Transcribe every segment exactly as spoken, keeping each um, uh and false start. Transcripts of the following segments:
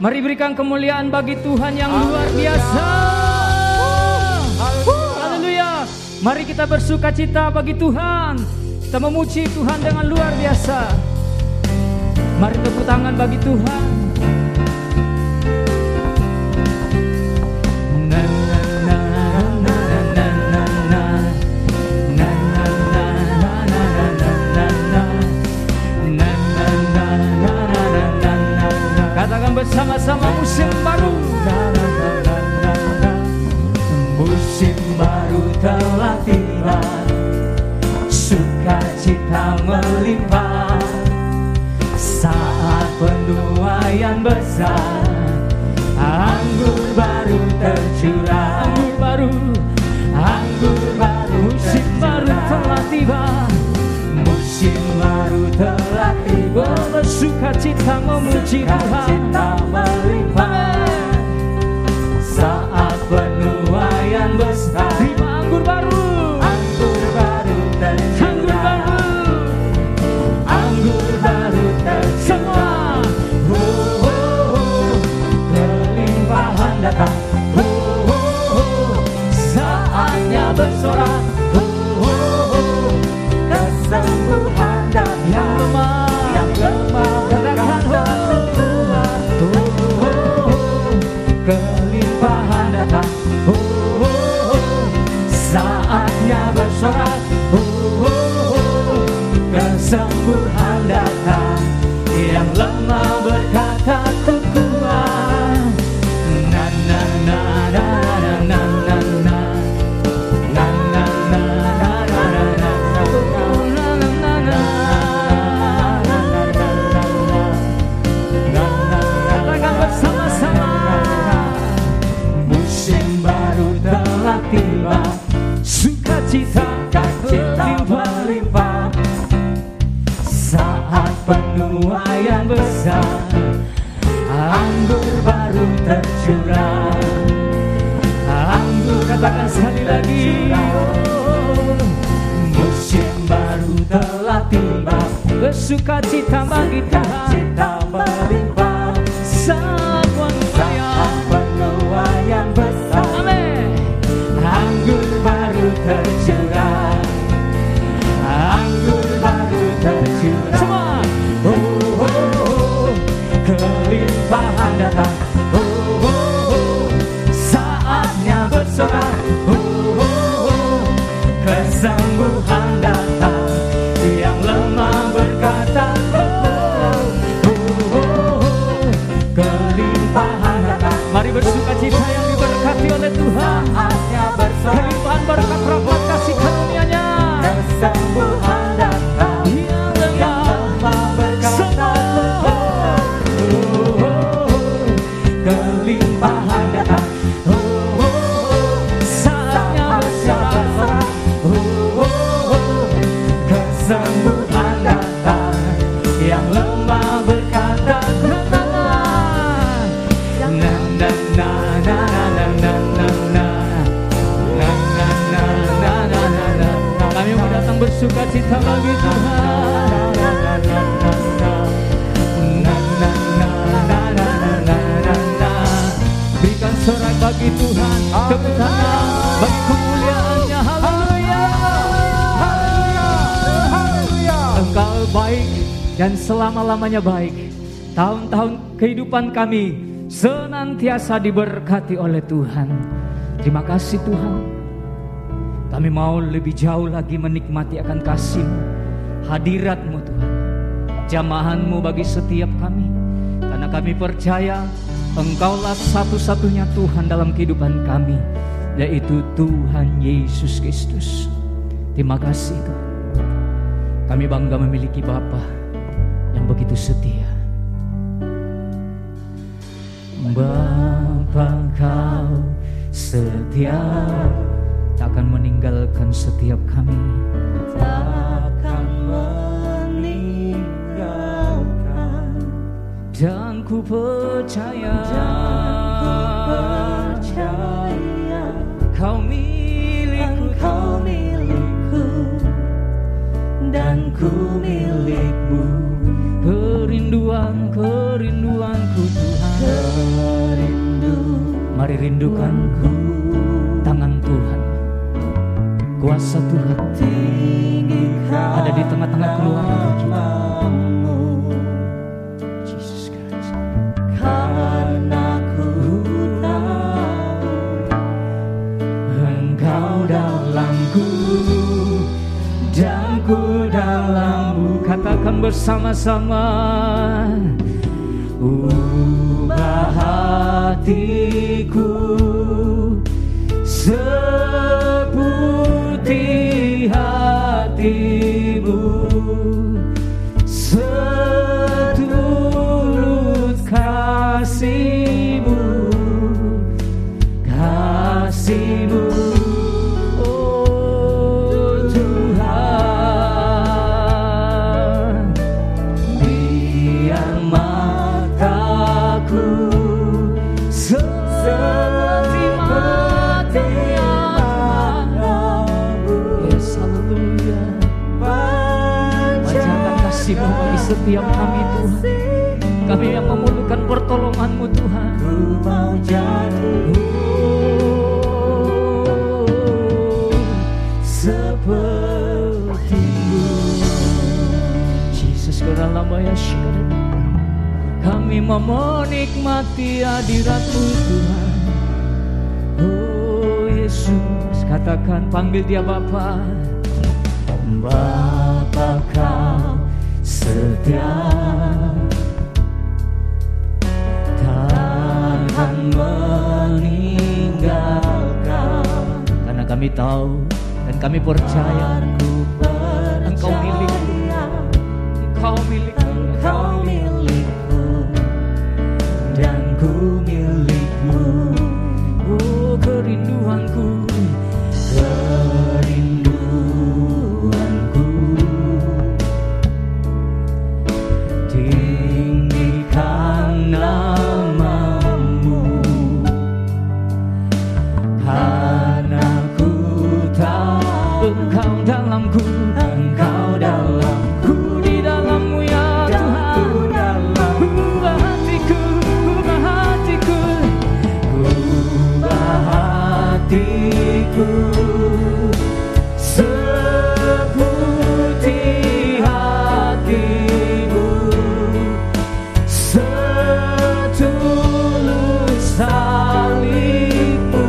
Mari berikan kemuliaan bagi Tuhan yang luar biasa. Haleluya. Mari kita bersukacita bagi Tuhan. Kita memuji Tuhan dengan luar biasa. Mari tepuk tangan bagi Tuhan. Katakan bersama-sama, musim baru. Musim baru telah tiba, sukacita melimpah. Saat penuaian besar, anggur baru tercurah. Anggur baru, anggur baru, musim baru telah tiba. Musim baru telah tiba, bersukacita memuji Tuhan. Sukacita melimpah. Saat penuaian besar, terima anggur baru. Anggur baru tercurah. Anggur baru tercurah. Semua oh, oh, oh. Kelimpahan datang. oh, oh, oh. Saatnya bersorak. oh, oh, oh. Kesembuhan datang. Yang lemah, yang lemah katakan Tuhan. oh, oh, oh. Kelimpahan datang. oh, oh, oh. Saatnya bersorak. oh, oh, oh. Kesembuhan datang. Yang lemah berkata ku kuat. Na na na na na na na na. Na na na na na na na. katakan bersama-sama. Musim baru telah tiba, Sukacita berlimpah-limpah. Saat penuaian besar, anggur baru tercurah. Anggur katakan sekali lagi. Musim baru telah tiba, Bersukacita bagi Tuhan. sukacita melimpah. Saat Saat penuaian besar, Amin. anggur baru tercurah. Anggur baru tercurah. Semua Oh, oh, oh. Kelimpahan datang. Oh, oh, oh. Saatnya bersorak. Oh, oh, oh. Kesembuhan datang. Yang lemah berkata, oh, oh, oh, oh. Kelimpahan datang. mari bersukacita yang diberkati oleh Tuhan. Saatnya bersorak. Kelimpahan berkat rahmat kasih karunia-Nya. Kesembuhan datang. Yang lemah Lemah berkata, oh, oh, oh. Kelimpahan datang. Oh, oh, oh. saatnya bersorak. Oh, oh, oh. Kesembuhan datang. Yang lemah berkata, na na na na na na na na na. Na na na na na na na. Kami mau datang bersukacita bagi Tuhan. Na na na na na. Na na na na na na na na. Berikan sorak bagi Tuhan. Tepuk tangan bagi kemuliaan-Nya. Haleluya. Engkau baik dan selama-lamanya baik. Tahun-tahun kehidupan kami senantiasa diberkati oleh Tuhan. Terima kasih Tuhan. Kami mau lebih jauh lagi menikmati akan kasih-Mu, hadirat-Mu Tuhan, jamahan-Mu bagi setiap kami. Karena kami percaya Engkaulah satu-satunya Tuhan dalam kehidupan kami, yaitu Tuhan Yesus Kristus. Terima kasih Tuhan. Kami bangga memiliki Bapa yang begitu setia. Bapa Kau setia, takkan meninggalkan setiap kami. takkan meninggalkan. Dan ku percaya, Dan ku percaya Kau milikku, Engkau milikku dan ku milikmu. kerinduan kerinduanku Tuhan. Mari rindukan tangan Tuhan, kuasa Tuhan ada di tengah-tengah keluarga kita. Jesus Christ. Karena ku tahu Engkau dalamku dan ku dalammu. Katakan bersama-sama. Ubah hatiku seperti hatimu, setulus kasihmu, kasihmu. Oh Tuhan, biar mataku seperti matamu. Yes, haleluya. Panjatkan kasih-Mu bagi setiap kami Tuhan. Kami yang memerlukan pertolongan-Mu Tuhan. Ku mau jadi seperti-Mu. Jesus Keralabaya Syekh. Kami mau menikmati hadirat-Mu Tuhan. Oh Yesus, katakan, panggil dia Bapa. Bapa Kau setia, takkan meninggalkan. Karena kami tahu dan kami percaya Ku percaya Engkau milik, Engkau milik, Engkau milikku dan ku milikmu. Oh kerinduanku, Kerinduanku tinggikan namamu, karena ku tahu Engkau dalamku, Engkau dalamku, di dalam-Mu ya dan Tuhan. ku dalammu. Ubah hatiku, ubah hatiku, Ubah hatiku seperti hatimu, setulus salibmu,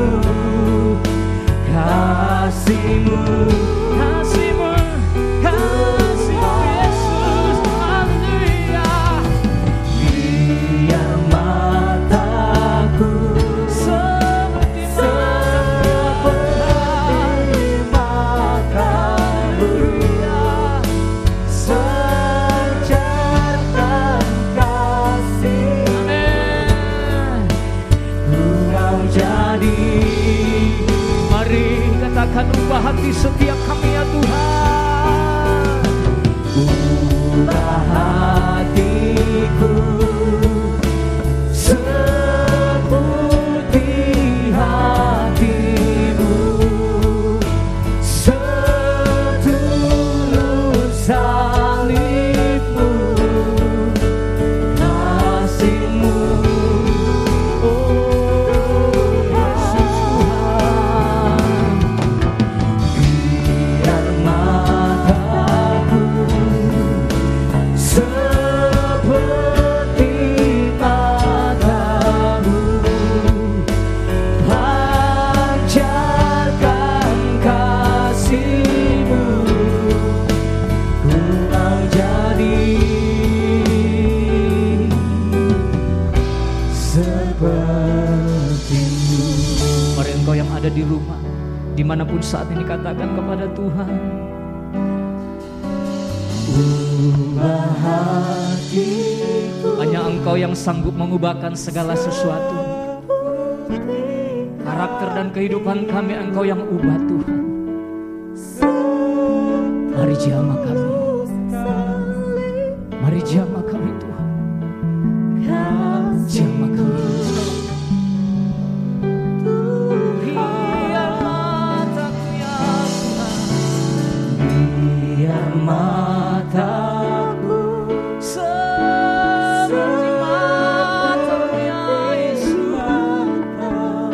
kasihmu, kasih-Mu, kasih-Mu Yesus, haleluya. biar mataku Seperti seperti matamu, sejarkan kasih Amin. ku mau jadi. Mari katakan, ubah hati setiap kami ya Tuhan. Ubah hatiku seperti hatimu, setulus salibmu, kasihmu. Oh Yesus Tuhan, biar mataku seperti matamu, pancarkan kasihmu, ku mau jadi seperti-Mu. Mari engkau yang ada di rumah, dimanapun saat ini, katakan kepada Tuhan. Ubah hatiku Hanya engkau yang sanggup mengubahkan segala sesuatu. Karakter dan kehidupan kami engkau yang ubah Tuhan. Mari jamah kami, mari jamah kami Tuhan, jamah kami. Biar mataku ya Tuhan, biar mataku seperti matamu ya Yesus.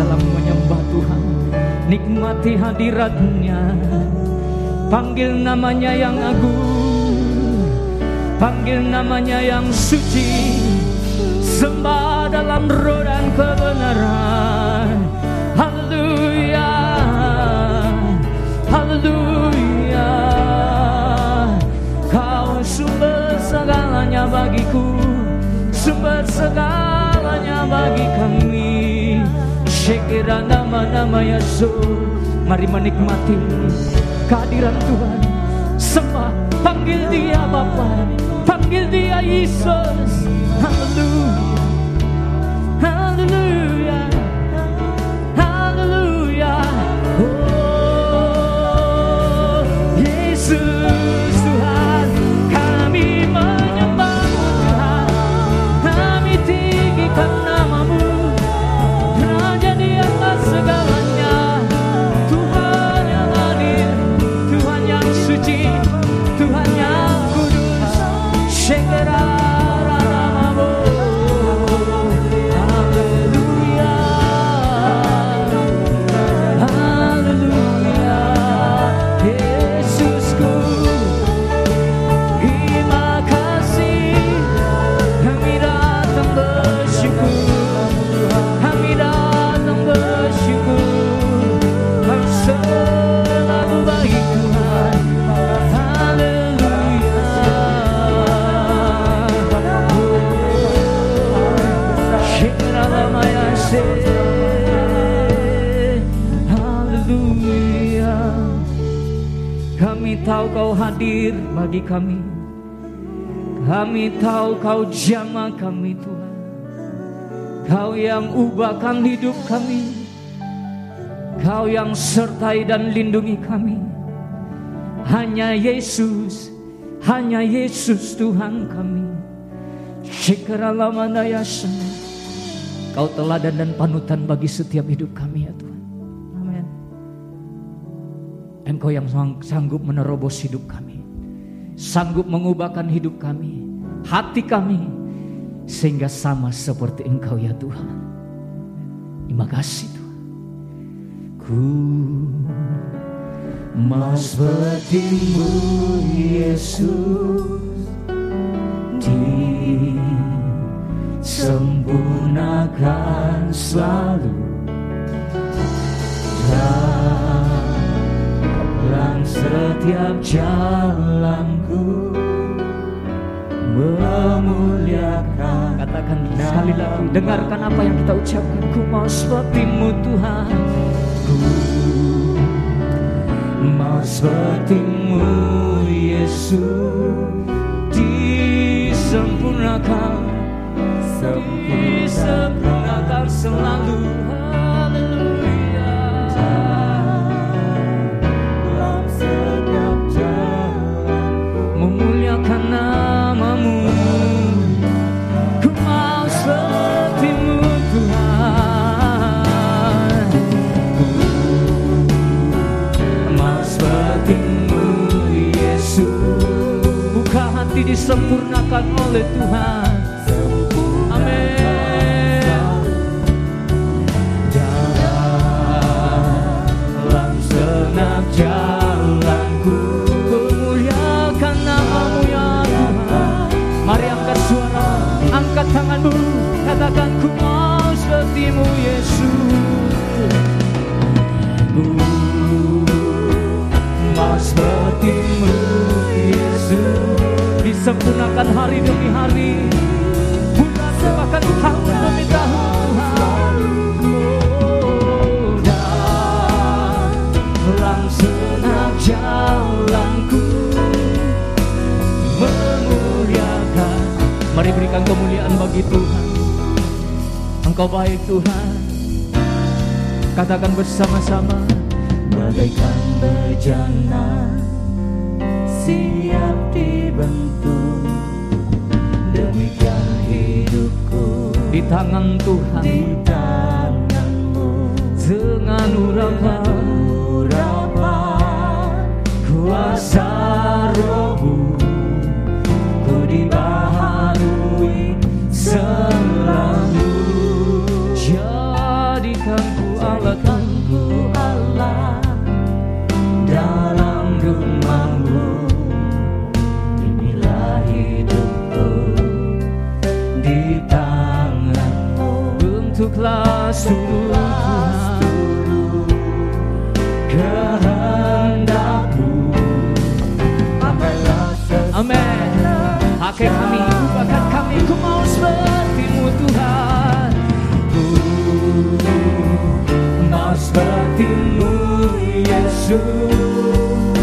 dalam menyembah Tuhan. Nikmati hadirat-Nya, panggil namanya yang agung, panggil namanya yang suci, sembah dalam roh dan kebenaran. Haleluya, haleluya. Kau sumber segalanya bagiku, sumber segalanya bagi kami. Syekira nama-nama Yesus. Mari menikmati kehadiran Tuhan. Sembah, panggil Dia Bapa, panggil Dia Yesus. Haleluya, haleluya, haleluya. Oh Yesus Tuhan, kami menyembah Tuhan, kami tinggikan nama-Mu, Raja di atas segalanya. Tuhan yang hadir, Tuhan yang suci, Tuhan yang kudus. Syekera namamu. Haleluya, haleluya. Yesusku, terima kasih. Kami datang bersyukur, kami datang bersyukur. Kau selalu baik Tuhan. Haleluya. Syekera lama Yesus. Haleluya. Kami tahu Kau hadir bagi kami. Kami tahu Kau jamah kami Tuhan. Kau yang ubahkan hidup kami. Kau yang sertai dan lindungi kami. Hanya Yesus, hanya Yesus Tuhan kami. Syekera lama dayasa. Kau teladan dan panutan bagi setiap hidup kami ya Tuhan. Amin. Engkau yang sanggup menerobos hidup kami, sanggup mengubahkan hidup kami, hati kami, sehingga sama seperti Engkau ya Tuhan. Terima kasih Tuhan. Ku mau seperti-Mu Yesus, disempurnakan selalu dalam setiap jalanku, memuliakan. Katakan sekali lagi, dengarkan apa yang kita ucapkan. Ku mau seperti-Mu Tuhan, ku mau seperti-Mu Yesus, disempurnakan, disempurnakan selalu. Haleluya. Dalam setiap jalan, memuliakan nama-Mu. Ku mau seperti-Mu Tuhan, ku mau seperti-Mu Yesus. Buka hati disempurnakan oleh Tuhan. Amin. Dalam segenap jalanku, memuliakan nama-Mu ya Tuhan. Mari angkat suara, angkat tanganmu, katakan ku mau seperti-Mu Yesus. Ku mau seperti-Mu Yesus, disempurnakan hari demi hari, bulan bahkan tahun demi tahun Tuhan. Oh, dalam segenap jalanku, memuliakan. Mari berikan kemuliaan bagi Tuhan. Engkau baik Tuhan. Katakan bersama-sama. Bagaikan bejana siap dibentuk, demikian hidupku di tangan Tuhan, di tangan-Mu. Dengan urapan kuasa Roh-Mu, ku dibaharui selalu. Jadikan ku di tangan-Mu. Bentuklah seluruh kehendak-Mu. Amin. Pakai kami, ubahkan kami, ku mau seperti-Mu Tuhan. Ku mau seperti-Mu Yesus.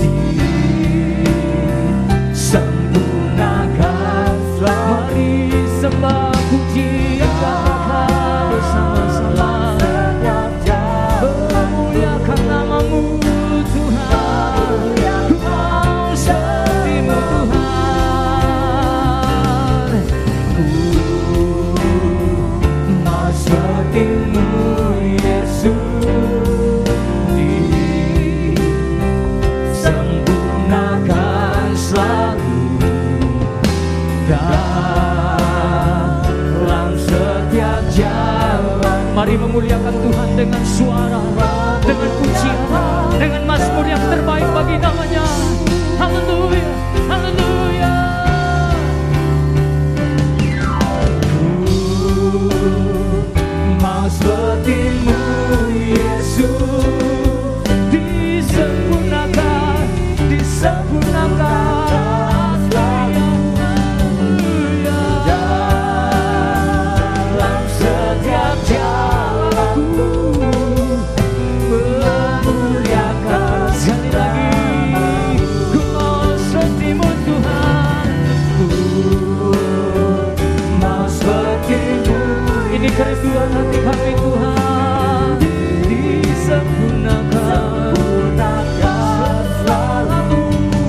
Disempurnakan selalu. Mari sembah puji akan bersama-sama. Memuliakan nama-Mu Tuhan. Ku mau seperti-Mu Tuhan. Ku mau seperti-Mu Yesus. Disempurnakan selalu dalam setiap jalan. Mari memuliakan Tuhan dengan suara, dengan pujian, dengan mazmur yang terbaik bagi nama-Nya. Haleluya, haleluya. Ku mau seperti-Mu Yesus. Disempurnakan, disempurnakan haleluya. Dalam setiap jalanku memuliakan. Sekali lagi, ku mau seperti-Mu Tuhan. Ku mau seperti-Mu. Ini kerinduan hati kami Tuhan. Disempurnakan selalu.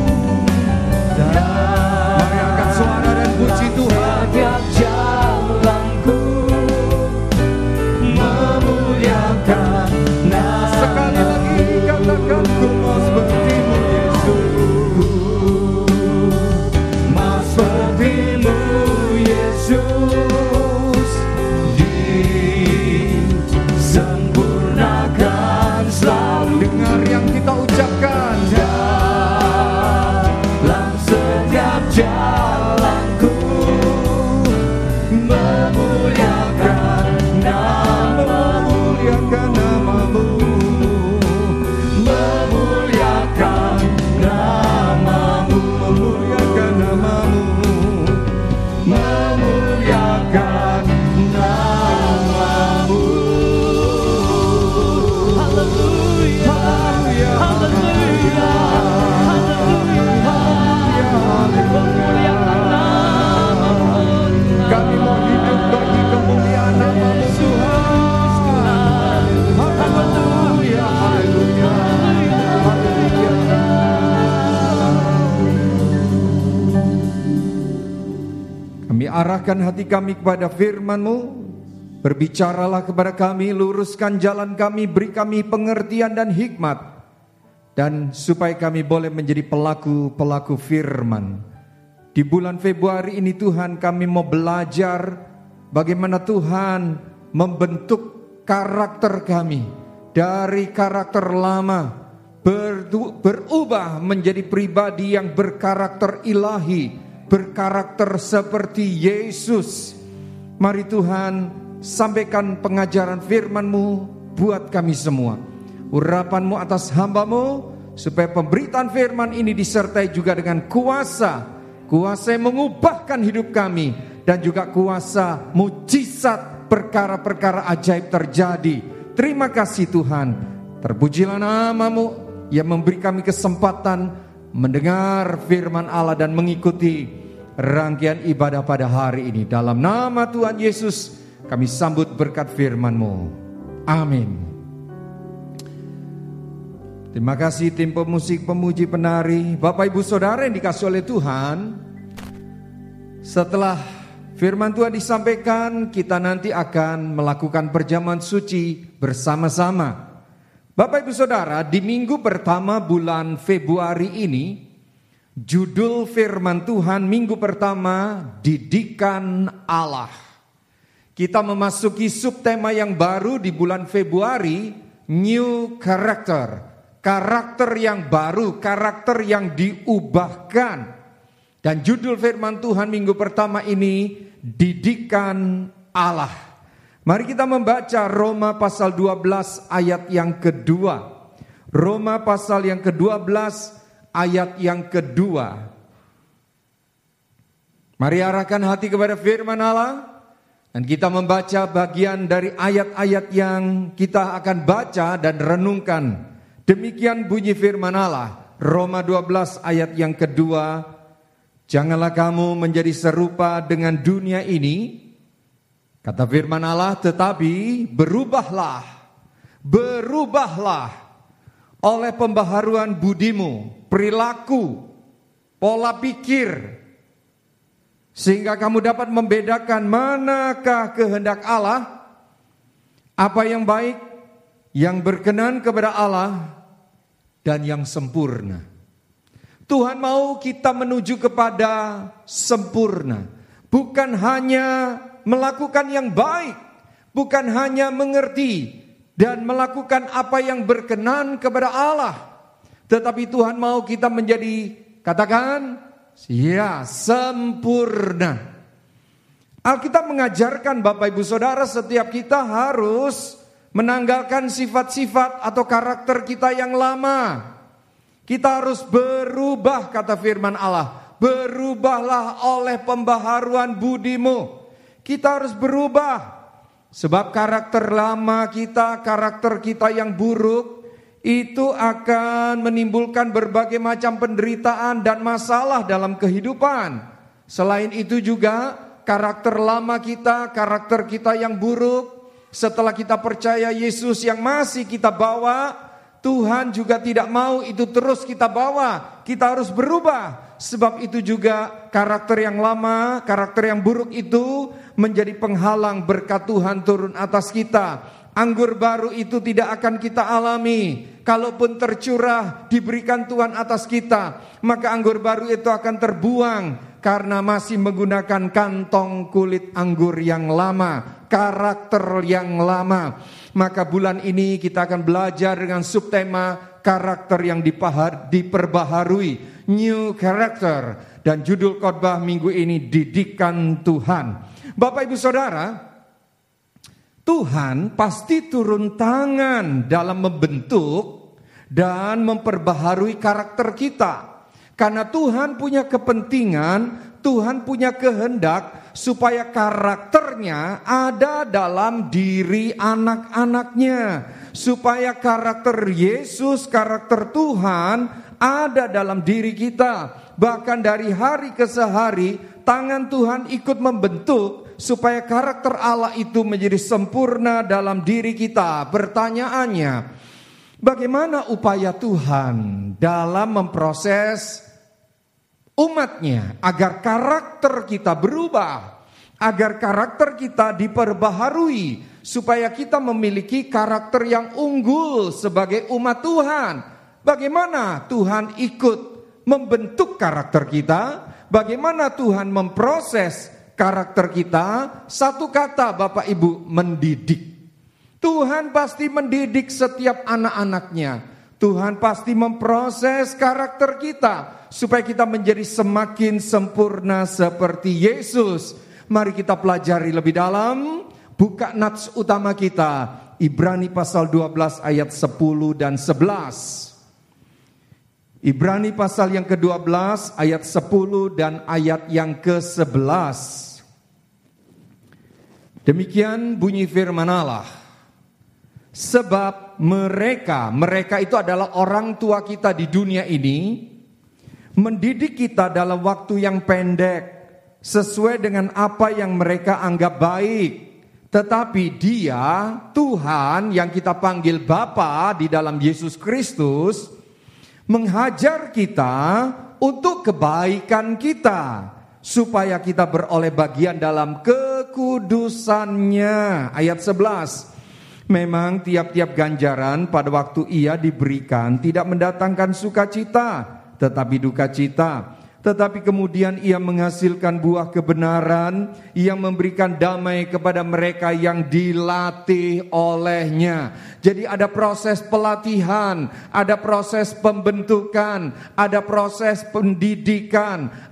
Mari angkat suara dan puji Tuhan. Setiap jalanku memuliakan nama. Sekali lagi katakan, ku mau seperti-Mu Yesus. Mau seperti-Mu Yesus. Disempurnakan selalu. Dengar yang kita ucapkan. Dalam setiap jalanku memuliakan nama-Mu. Memuliakan nama-Mu. Memuliakan nama-Mu. Memuliakan nama-Mu. Memuliakan nama-Mu. Haleluya, haleluya, haleluya. Memuliakan nama-Mu. Kami mau hidup bagi kemuliaan nama-Mu Tuhan. Haleluya, haleluya, haleluya. Kami arahkan hati kami kepada firman-Mu. Berbicaralah kepada kami, luruskan jalan kami, beri kami pengertian dan hikmat. Dan supaya kami boleh menjadi pelaku-pelaku firman. Di bulan Februari ini Tuhan, kami mau belajar bagaimana Tuhan membentuk karakter kami. Dari karakter lama berubah menjadi pribadi yang berkarakter ilahi, berkarakter seperti Yesus. Mari Tuhan, sampaikan pengajaran firman-Mu buat kami semua. Urapan-Mu atas hamba-Mu, supaya pemberitaan firman ini disertai juga dengan kuasa. Kuasa yang mengubahkan hidup kami. Dan juga kuasa mujizat perkara-perkara ajaib terjadi. Terima kasih Tuhan. Terpujilah nama-Mu yang memberi kami kesempatan mendengar firman Allah dan mengikuti rangkaian ibadah pada hari ini. Dalam nama Tuhan Yesus kami sambut berkat firman-Mu. Amin. Terima kasih tim pemusik, pemuji, penari. Bapak Ibu Saudara yang dikasihi oleh Tuhan, setelah firman Tuhan disampaikan, kita nanti akan melakukan perjamuan suci bersama-sama. Bapak Ibu Saudara, di minggu pertama bulan Februari ini, judul firman Tuhan minggu pertama, Didikan Allah. Kita memasuki subtema yang baru di bulan Februari, New Character. Karakter yang baru, karakter yang diubahkan. Dan judul firman Tuhan minggu pertama ini didikan Allah. Mari kita membaca Roma pasal dua belas ayat yang kedua. Roma pasal yang kedua belas ayat yang kedua. Mari arahkan hati kepada firman Allah. Dan kita membaca bagian dari ayat-ayat yang kita akan baca dan renungkan. Demikian bunyi firman Allah. Roma dua belas ayat yang kedua. Janganlah kamu menjadi serupa dengan dunia ini. Kata firman Allah, tetapi berubahlah. Berubahlah oleh pembaharuan budimu, perilaku, pola pikir, sehingga kamu dapat membedakan manakah kehendak Allah, apa yang baik, yang berkenan kepada Allah, dan yang sempurna. Tuhan mau kita menuju kepada sempurna. Bukan hanya melakukan yang baik, bukan hanya mengerti dan melakukan apa yang berkenan kepada Allah. Tetapi Tuhan mau kita menjadi, katakan, ya, sempurna. Alkitab mengajarkan Bapak Ibu Saudara, setiap kita harus menanggalkan sifat-sifat atau karakter kita yang lama. Kita harus berubah, kata firman Allah. Berubahlah oleh pembaharuan budimu. Kita harus berubah. Sebab karakter lama kita, karakter kita yang buruk, itu akan menimbulkan berbagai macam penderitaan dan masalah dalam kehidupan. Selain itu juga karakter lama kita, karakter kita yang buruk, setelah kita percaya Yesus yang masih kita bawa, Tuhan juga tidak mau itu terus kita bawa. Kita harus berubah. Sebab itu juga karakter yang lama, karakter yang buruk itu menjadi penghalang berkat Tuhan turun atas kita. Anggur baru itu tidak akan kita alami. Kalaupun tercurah diberikan Tuhan atas kita, maka anggur baru itu akan terbuang karena masih menggunakan kantong kulit anggur yang lama, karakter yang lama. Maka bulan ini kita akan belajar dengan subtema karakter yang dipahar, diperbaharui, new character. Dan judul khotbah minggu ini, didikan Tuhan. Bapak Ibu Saudara, Tuhan pasti turun tangan dalam membentuk dan memperbaharui karakter kita. Karena Tuhan punya kepentingan, Tuhan punya kehendak supaya karakternya ada dalam diri anak-anaknya. Supaya karakter Yesus, karakter Tuhan ada dalam diri kita. Bahkan dari hari ke hari, tangan Tuhan ikut membentuk supaya karakter Allah itu menjadi sempurna dalam diri kita. Pertanyaannya, bagaimana upaya Tuhan dalam memproses umatnya agar karakter kita berubah, agar karakter kita diperbaharui, supaya kita memiliki karakter yang unggul sebagai umat Tuhan. Bagaimana Tuhan ikut membentuk karakter kita? Bagaimana Tuhan memproses karakter kita? Satu kata Bapak Ibu, mendidik. Tuhan pasti mendidik setiap anak-anaknya. Tuhan pasti memproses karakter kita supaya kita menjadi semakin sempurna seperti Yesus. Mari kita pelajari lebih dalam. Buka nats utama kita, Ibrani pasal dua belas ayat sepuluh dan sebelas. Ibrani pasal yang kedua belas ayat sepuluh dan ayat yang ke sebelas. Demikian bunyi firman Allah. Sebab mereka, mereka itu adalah orang tua kita di dunia ini, mendidik kita dalam waktu yang pendek, sesuai dengan apa yang mereka anggap baik. Tetapi Dia, Tuhan yang kita panggil Bapa di dalam Yesus Kristus, menghajar kita untuk kebaikan kita, supaya kita beroleh bagian dalam kekudusannya. Ayat sebelas. Memang tiap-tiap ganjaran pada waktu ia diberikan tidak mendatangkan sukacita, tetapi duka cita. Tetapi kemudian ia menghasilkan buah kebenaran yang memberikan damai kepada mereka yang dilatih olehnya. Jadi ada proses pelatihan, ada proses pembentukan, ada proses pendidikan,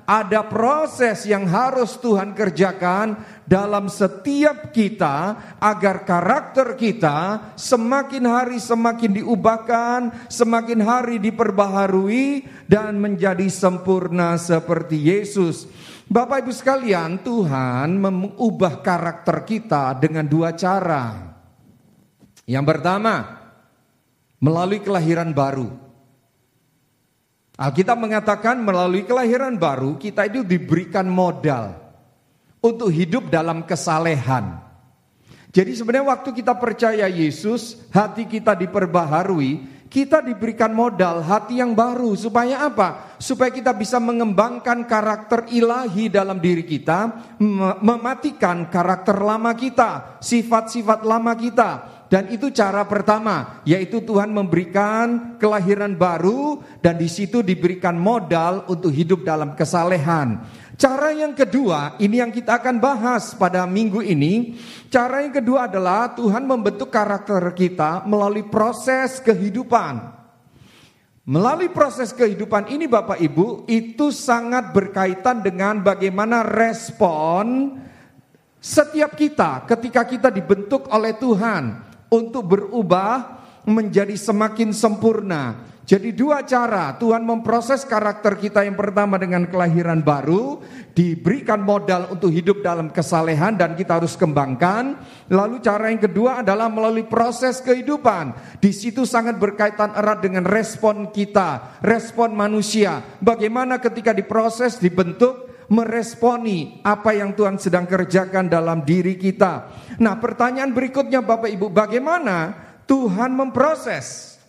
ada proses yang harus Tuhan kerjakan dalam setiap kita agar karakter kita semakin hari semakin diubahkan, semakin hari diperbaharui dan menjadi sempurna seperti Yesus. Bapak Ibu sekalian, Tuhan mengubah karakter kita dengan dua cara. Yang pertama, melalui kelahiran baru. Alkitab mengatakan melalui kelahiran baru kita itu diberikan modal untuk hidup dalam kesalehan. Jadi sebenarnya waktu kita percaya Yesus, hati kita diperbaharui, kita diberikan modal hati yang baru. Supaya apa? Supaya kita bisa mengembangkan karakter ilahi dalam diri kita, mematikan karakter lama kita, sifat-sifat lama kita. Dan itu cara pertama, yaitu Tuhan memberikan kelahiran baru dan di situ diberikan modal untuk hidup dalam kesalehan. Cara yang kedua, ini yang kita akan bahas pada minggu ini. Cara yang kedua adalah Tuhan membentuk karakter kita melalui proses kehidupan. Melalui proses kehidupan ini Bapak Ibu, itu sangat berkaitan dengan bagaimana respon setiap kita ketika kita dibentuk oleh Tuhan untuk berubah menjadi semakin sempurna. Jadi dua cara Tuhan memproses karakter kita. Yang pertama dengan kelahiran baru, diberikan modal untuk hidup dalam kesalehan dan kita harus kembangkan. Lalu cara yang kedua adalah melalui proses kehidupan. Di situ sangat berkaitan erat dengan respon kita, respon manusia. Bagaimana ketika diproses, dibentuk, meresponi apa yang Tuhan sedang kerjakan dalam diri kita. Nah, pertanyaan berikutnya Bapak Ibu, bagaimana Tuhan memproses?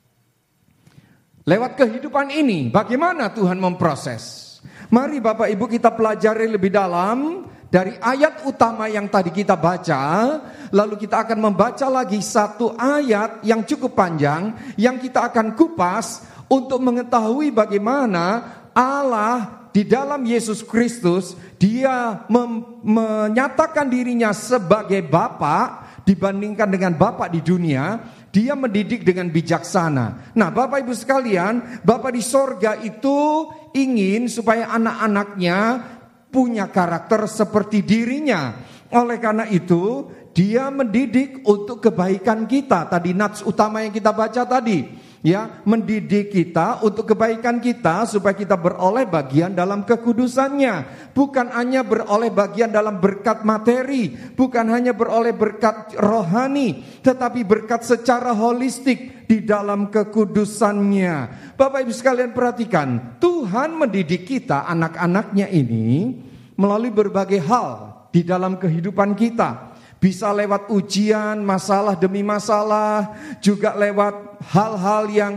Lewat kehidupan ini, bagaimana Tuhan memproses? Mari Bapak Ibu kita pelajari lebih dalam dari ayat utama yang tadi kita baca. Lalu kita akan membaca lagi satu ayat yang cukup panjang yang kita akan kupas untuk mengetahui bagaimana Allah di dalam Yesus Kristus, dia mem- menyatakan dirinya sebagai Bapa dibandingkan dengan Bapa di dunia. Dia mendidik dengan bijaksana. Nah Bapak Ibu sekalian, Bapa di sorga itu ingin supaya anak-anaknya punya karakter seperti dirinya. Oleh karena itu, dia mendidik untuk kebaikan kita. Tadi nats utama yang kita baca tadi. Ya, mendidik kita untuk kebaikan kita supaya kita beroleh bagian dalam kekudusannya. Bukan hanya beroleh bagian dalam berkat materi, bukan hanya beroleh berkat rohani, tetapi berkat secara holistik di dalam kekudusannya. Bapak Ibu sekalian perhatikan, Tuhan mendidik kita anak-anaknya ini melalui berbagai hal di dalam kehidupan kita. Bisa lewat ujian, masalah demi masalah, juga lewat hal-hal yang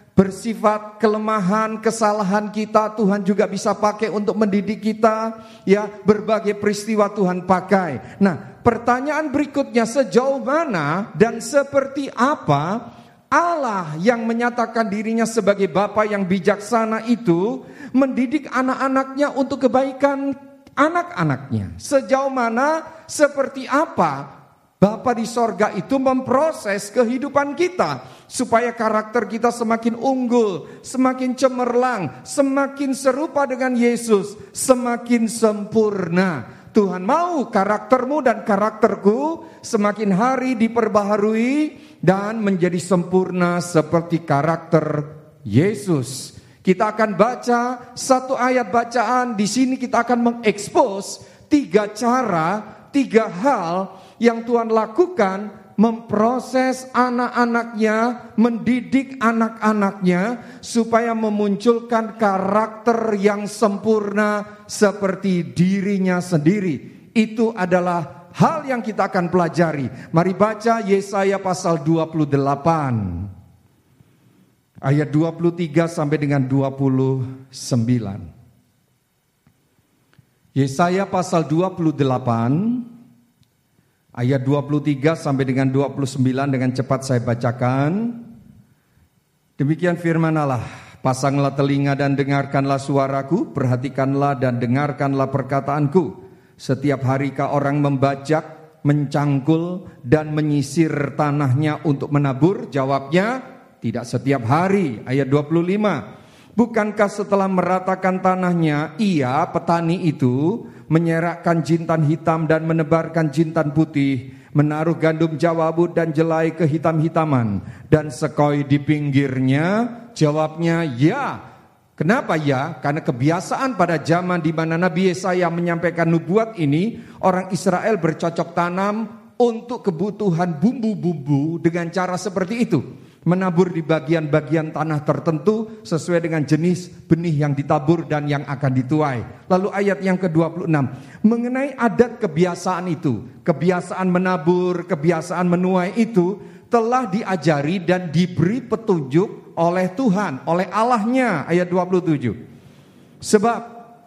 bersifat kelemahan, kesalahan kita, Tuhan juga bisa pakai untuk mendidik kita. Ya, berbagai peristiwa Tuhan pakai. Nah, pertanyaan berikutnya, sejauh mana dan seperti apa Allah yang menyatakan dirinya sebagai Bapa yang bijaksana itu mendidik anak-anaknya untuk kebaikan anak-anaknya? Sejauh mana, seperti apa Bapa di sorga itu memproses kehidupan kita supaya karakter kita semakin unggul, semakin cemerlang, semakin serupa dengan Yesus, semakin sempurna. Tuhan mau karaktermu dan karakterku semakin hari diperbaharui dan menjadi sempurna seperti karakter Yesus. Kita akan baca satu ayat bacaan. Di sini kita akan mengekspos tiga cara, tiga hal yang Tuhan lakukan memproses anak-anaknya, mendidik anak-anaknya supaya memunculkan karakter yang sempurna seperti dirinya sendiri. Itu adalah hal yang kita akan pelajari. Mari baca Yesaya pasal dua puluh delapan. Ayat dua puluh tiga sampai dengan dua puluh sembilan. Yesaya pasal dua puluh delapan ayat dua puluh tiga sampai dengan dua puluh sembilan, dengan cepat saya bacakan. Demikian firman Allah, pasanglah telinga dan dengarkanlah suaraku, perhatikanlah dan dengarkanlah perkataanku. Setiap harikah orang membajak, mencangkul dan menyisir tanahnya untuk menabur? Jawabnya, tidak setiap hari. Ayat dua puluh lima. Bukankah setelah meratakan tanahnya, ia, petani itu, menyerakkan jintan hitam dan menebarkan jintan putih, menaruh gandum jawabu dan jelai kehitam-hitaman, dan sekoi di pinggirnya? Jawabnya, ya. Kenapa ya? Karena kebiasaan pada zaman di mana Nabi Yesaya menyampaikan nubuat ini, orang Israel bercocok tanam untuk kebutuhan bumbu-bumbu dengan cara seperti itu. Menabur di bagian-bagian tanah tertentu sesuai dengan jenis benih yang ditabur dan yang akan dituai. Lalu ayat yang ke dua puluh enam, mengenai adat kebiasaan itu, kebiasaan menabur, kebiasaan menuai itu telah diajari dan diberi petunjuk oleh Tuhan, oleh Allahnya. Ayat dua puluh tujuh, sebab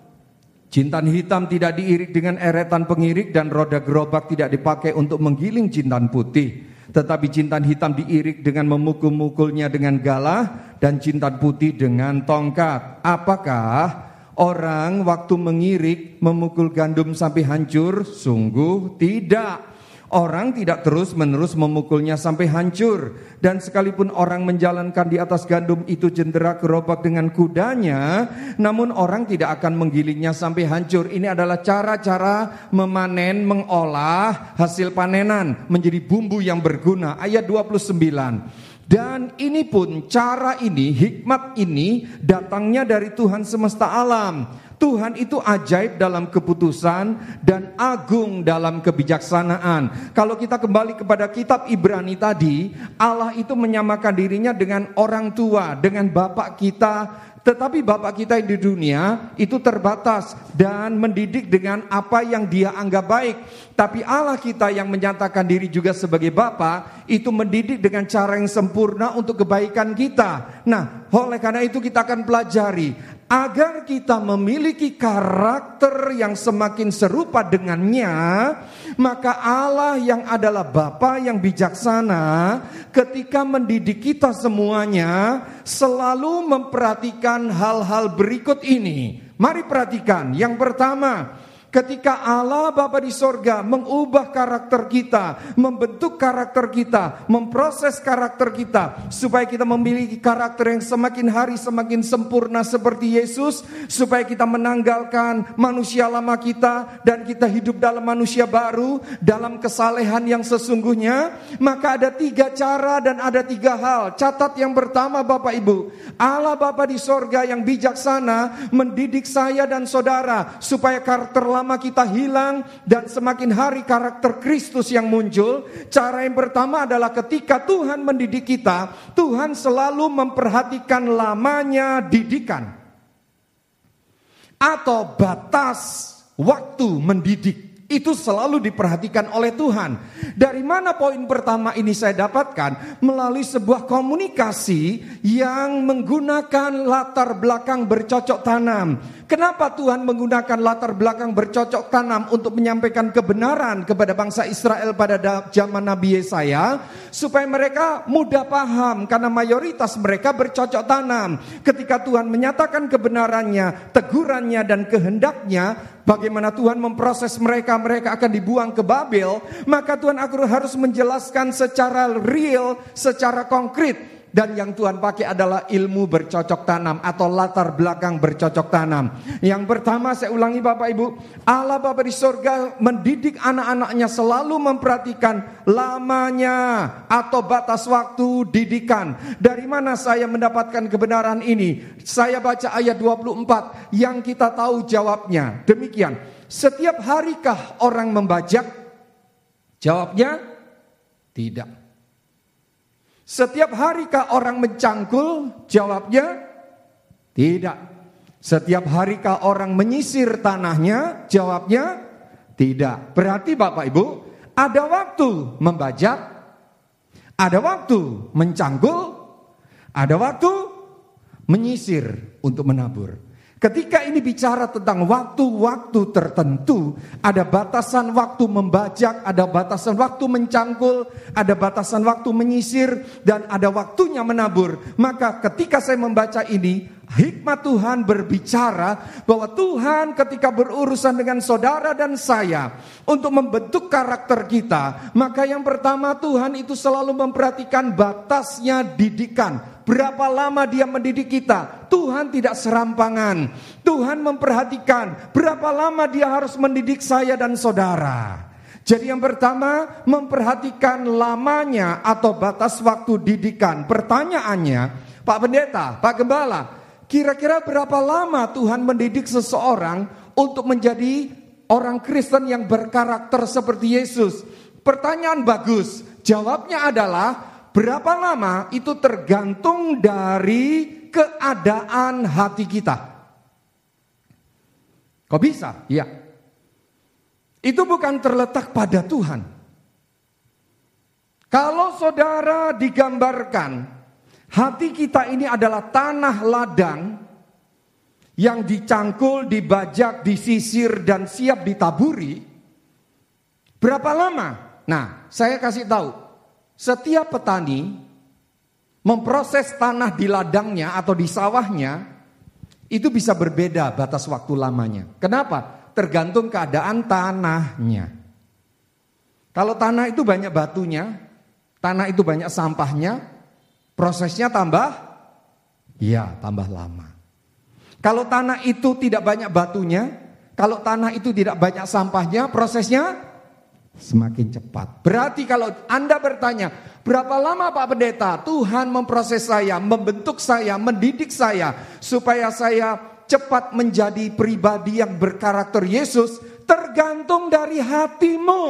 jintan hitam tidak diirik dengan eretan pengirik dan roda gerobak tidak dipakai untuk menggiling jintan putih. Tetapi jintan hitam diirik dengan memukul-mukulnya dengan galah dan jintan putih dengan tongkat. Apakah orang waktu mengirik memukul gandum sampai hancur? Sungguh tidak. Orang tidak terus-menerus memukulnya sampai hancur. Dan sekalipun orang menjalankan di atas gandum itu jendera gerobak dengan kudanya, namun orang tidak akan menggilingnya sampai hancur. Ini adalah cara-cara memanen, mengolah hasil panenan menjadi bumbu yang berguna. Ayat dua puluh sembilan. Dan ini pun, cara ini, hikmat ini datangnya dari Tuhan semesta alam. Tuhan itu ajaib dalam keputusan dan agung dalam kebijaksanaan. Kalau kita kembali kepada kitab Ibrani tadi, Allah itu menyamakan dirinya dengan orang tua, dengan bapak kita. Tetapi bapak kita di dunia itu terbatas dan mendidik dengan apa yang dia anggap baik. Tapi Allah kita yang menyatakan diri juga sebagai bapa itu mendidik dengan cara yang sempurna untuk kebaikan kita. Nah, oleh karena itu kita akan pelajari agar kita memiliki karakter yang semakin serupa dengannya, maka Allah yang adalah Bapa yang bijaksana ketika mendidik kita semuanya selalu memperhatikan hal-hal berikut ini. Mari perhatikan. Yang pertama, ketika Allah Bapa di sorga mengubah karakter kita, membentuk karakter kita, memproses karakter kita, supaya kita memiliki karakter yang semakin hari semakin sempurna seperti Yesus, supaya kita menanggalkan manusia lama kita dan kita hidup dalam manusia baru, dalam kesalehan yang sesungguhnya. Maka ada tiga cara dan ada tiga hal. Catat yang pertama Bapak Ibu, Allah Bapa di sorga yang bijaksana mendidik saya dan saudara supaya karakter lama kita hilang dan semakin hari karakter Kristus yang muncul. Cara yang pertama adalah ketika Tuhan mendidik kita, Tuhan selalu memperhatikan lamanya didikan atau batas waktu mendidik. Itu selalu diperhatikan oleh Tuhan. Dari mana poin pertama ini saya dapatkan? Melalui sebuah komunikasi yang menggunakan latar belakang bercocok tanam. Kenapa Tuhan menggunakan latar belakang bercocok tanam untuk menyampaikan kebenaran kepada bangsa Israel pada zaman Nabi Yesaya? Supaya mereka mudah paham, karena mayoritas mereka bercocok tanam. Ketika Tuhan menyatakan kebenarannya, tegurannya dan kehendaknya, bagaimana Tuhan memproses mereka, mereka akan dibuang ke Babel, maka Tuhan harus menjelaskan secara real, secara konkret. Dan yang Tuhan pakai adalah ilmu bercocok tanam atau latar belakang bercocok tanam. Yang pertama, saya ulangi Bapak Ibu, Allah Bapa di sorga mendidik anak-anaknya selalu memperhatikan lamanya atau batas waktu didikan. Dari mana saya mendapatkan kebenaran ini? Saya baca ayat dua puluh empat yang kita tahu jawabnya. Demikian, setiap harikah orang membajak? Jawabnya, tidak. Setiap harikah orang mencangkul? Jawabnya, tidak. Setiap harikah orang menyisir tanahnya? Jawabnya, tidak. Berarti Bapak Ibu, ada waktu membajak, ada waktu mencangkul, ada waktu menyisir untuk menabur. Ketika ini bicara tentang waktu-waktu tertentu, ada batasan waktu membajak, ada batasan waktu mencangkul, ada batasan waktu menyisir, dan ada waktunya menabur. Maka ketika saya membaca ini, hikmat Tuhan berbicara bahwa Tuhan ketika berurusan dengan saudara dan saya untuk membentuk karakter kita, maka yang pertama Tuhan itu selalu memperhatikan batasnya didikan. Berapa lama dia mendidik kita? Tuhan tidak serampangan. Tuhan memperhatikan berapa lama dia harus mendidik saya dan saudara. Jadi yang pertama memperhatikan lamanya atau batas waktu didikan. Pertanyaannya, Pak Pendeta, Pak Gembala, kira-kira berapa lama Tuhan mendidik seseorang untuk menjadi orang Kristen yang berkarakter seperti Yesus? Pertanyaan bagus. Jawabnya adalah berapa lama itu tergantung dari keadaan hati kita. Kok bisa? Ya. Itu bukan terletak pada Tuhan. Kalau saudara digambarkan hati kita ini adalah tanah ladang yang dicangkul, dibajak, disisir dan siap ditaburi. Berapa lama? Nah, saya kasih tahu. Setiap petani memproses tanah di ladangnya atau di sawahnya itu bisa berbeda batas waktu lamanya. Kenapa? Tergantung keadaan tanahnya. Kalau tanah itu banyak batunya, tanah itu banyak sampahnya, prosesnya tambah, ya tambah lama. Kalau tanah itu tidak banyak batunya, kalau tanah itu tidak banyak sampahnya, prosesnya semakin cepat. Berarti kalau Anda bertanya, berapa lama Pak Pendeta Tuhan memproses saya, membentuk saya, mendidik saya, supaya saya cepat menjadi pribadi yang berkarakter Yesus, tergantung dari hatimu.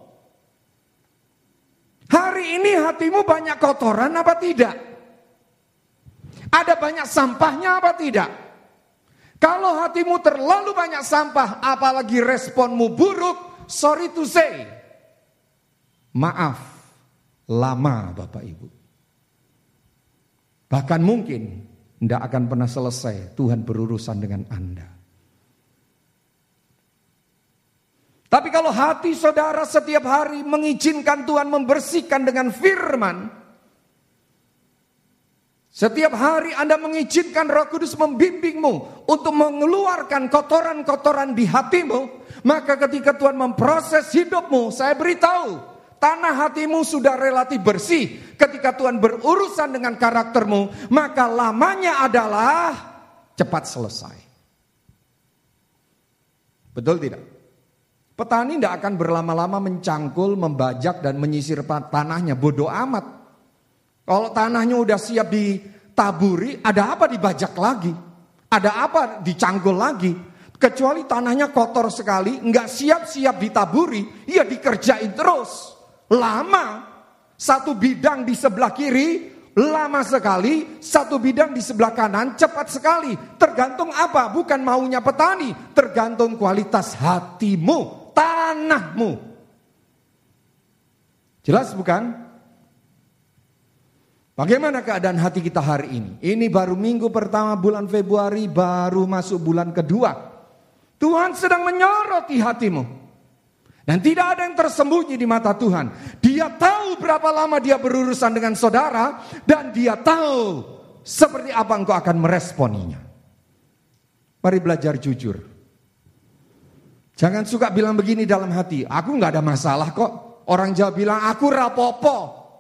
Hari ini hatimu banyak kotoran apa tidak? Ada banyak sampahnya apa tidak? Kalau hatimu terlalu banyak sampah, apalagi responmu buruk, sorry to say, maaf, lama Bapak Ibu. Bahkan mungkin tidak akan pernah selesai Tuhan berurusan dengan Anda. Tapi kalau hati saudara setiap hari mengizinkan Tuhan membersihkan dengan firman, setiap hari Anda mengizinkan Roh Kudus membimbingmu untuk mengeluarkan kotoran-kotoran di hatimu, maka ketika Tuhan memproses hidupmu, saya beritahu, tanah hatimu sudah relatif bersih. Ketika Tuhan berurusan dengan karaktermu, maka lamanya adalah cepat selesai. Betul tidak? Petani tidak akan berlama-lama mencangkul, membajak dan menyisir tanahnya. Bodoh amat. Kalau tanahnya udah siap ditaburi, ada apa dibajak lagi? Ada apa dicangkul lagi? Kecuali tanahnya kotor sekali, nggak siap-siap ditaburi, ya dikerjain terus. Lama. Satu bidang di sebelah kiri lama sekali, satu bidang di sebelah kanan cepat sekali. Tergantung apa? Bukan maunya petani, tergantung kualitas hatimu, tanahmu. Jelas bukan? Bagaimana keadaan hati kita hari ini? Ini baru minggu pertama bulan Februari, baru masuk bulan kedua. Tuhan sedang menyoroti hatimu. Dan tidak ada yang tersembunyi di mata Tuhan. Dia tahu berapa lama dia berurusan dengan saudara. Dan dia tahu seperti apa engkau akan meresponinya. Mari belajar jujur. Jangan suka bilang begini dalam hati. Aku gak ada masalah kok. Orang Jawa bilang aku rapopo.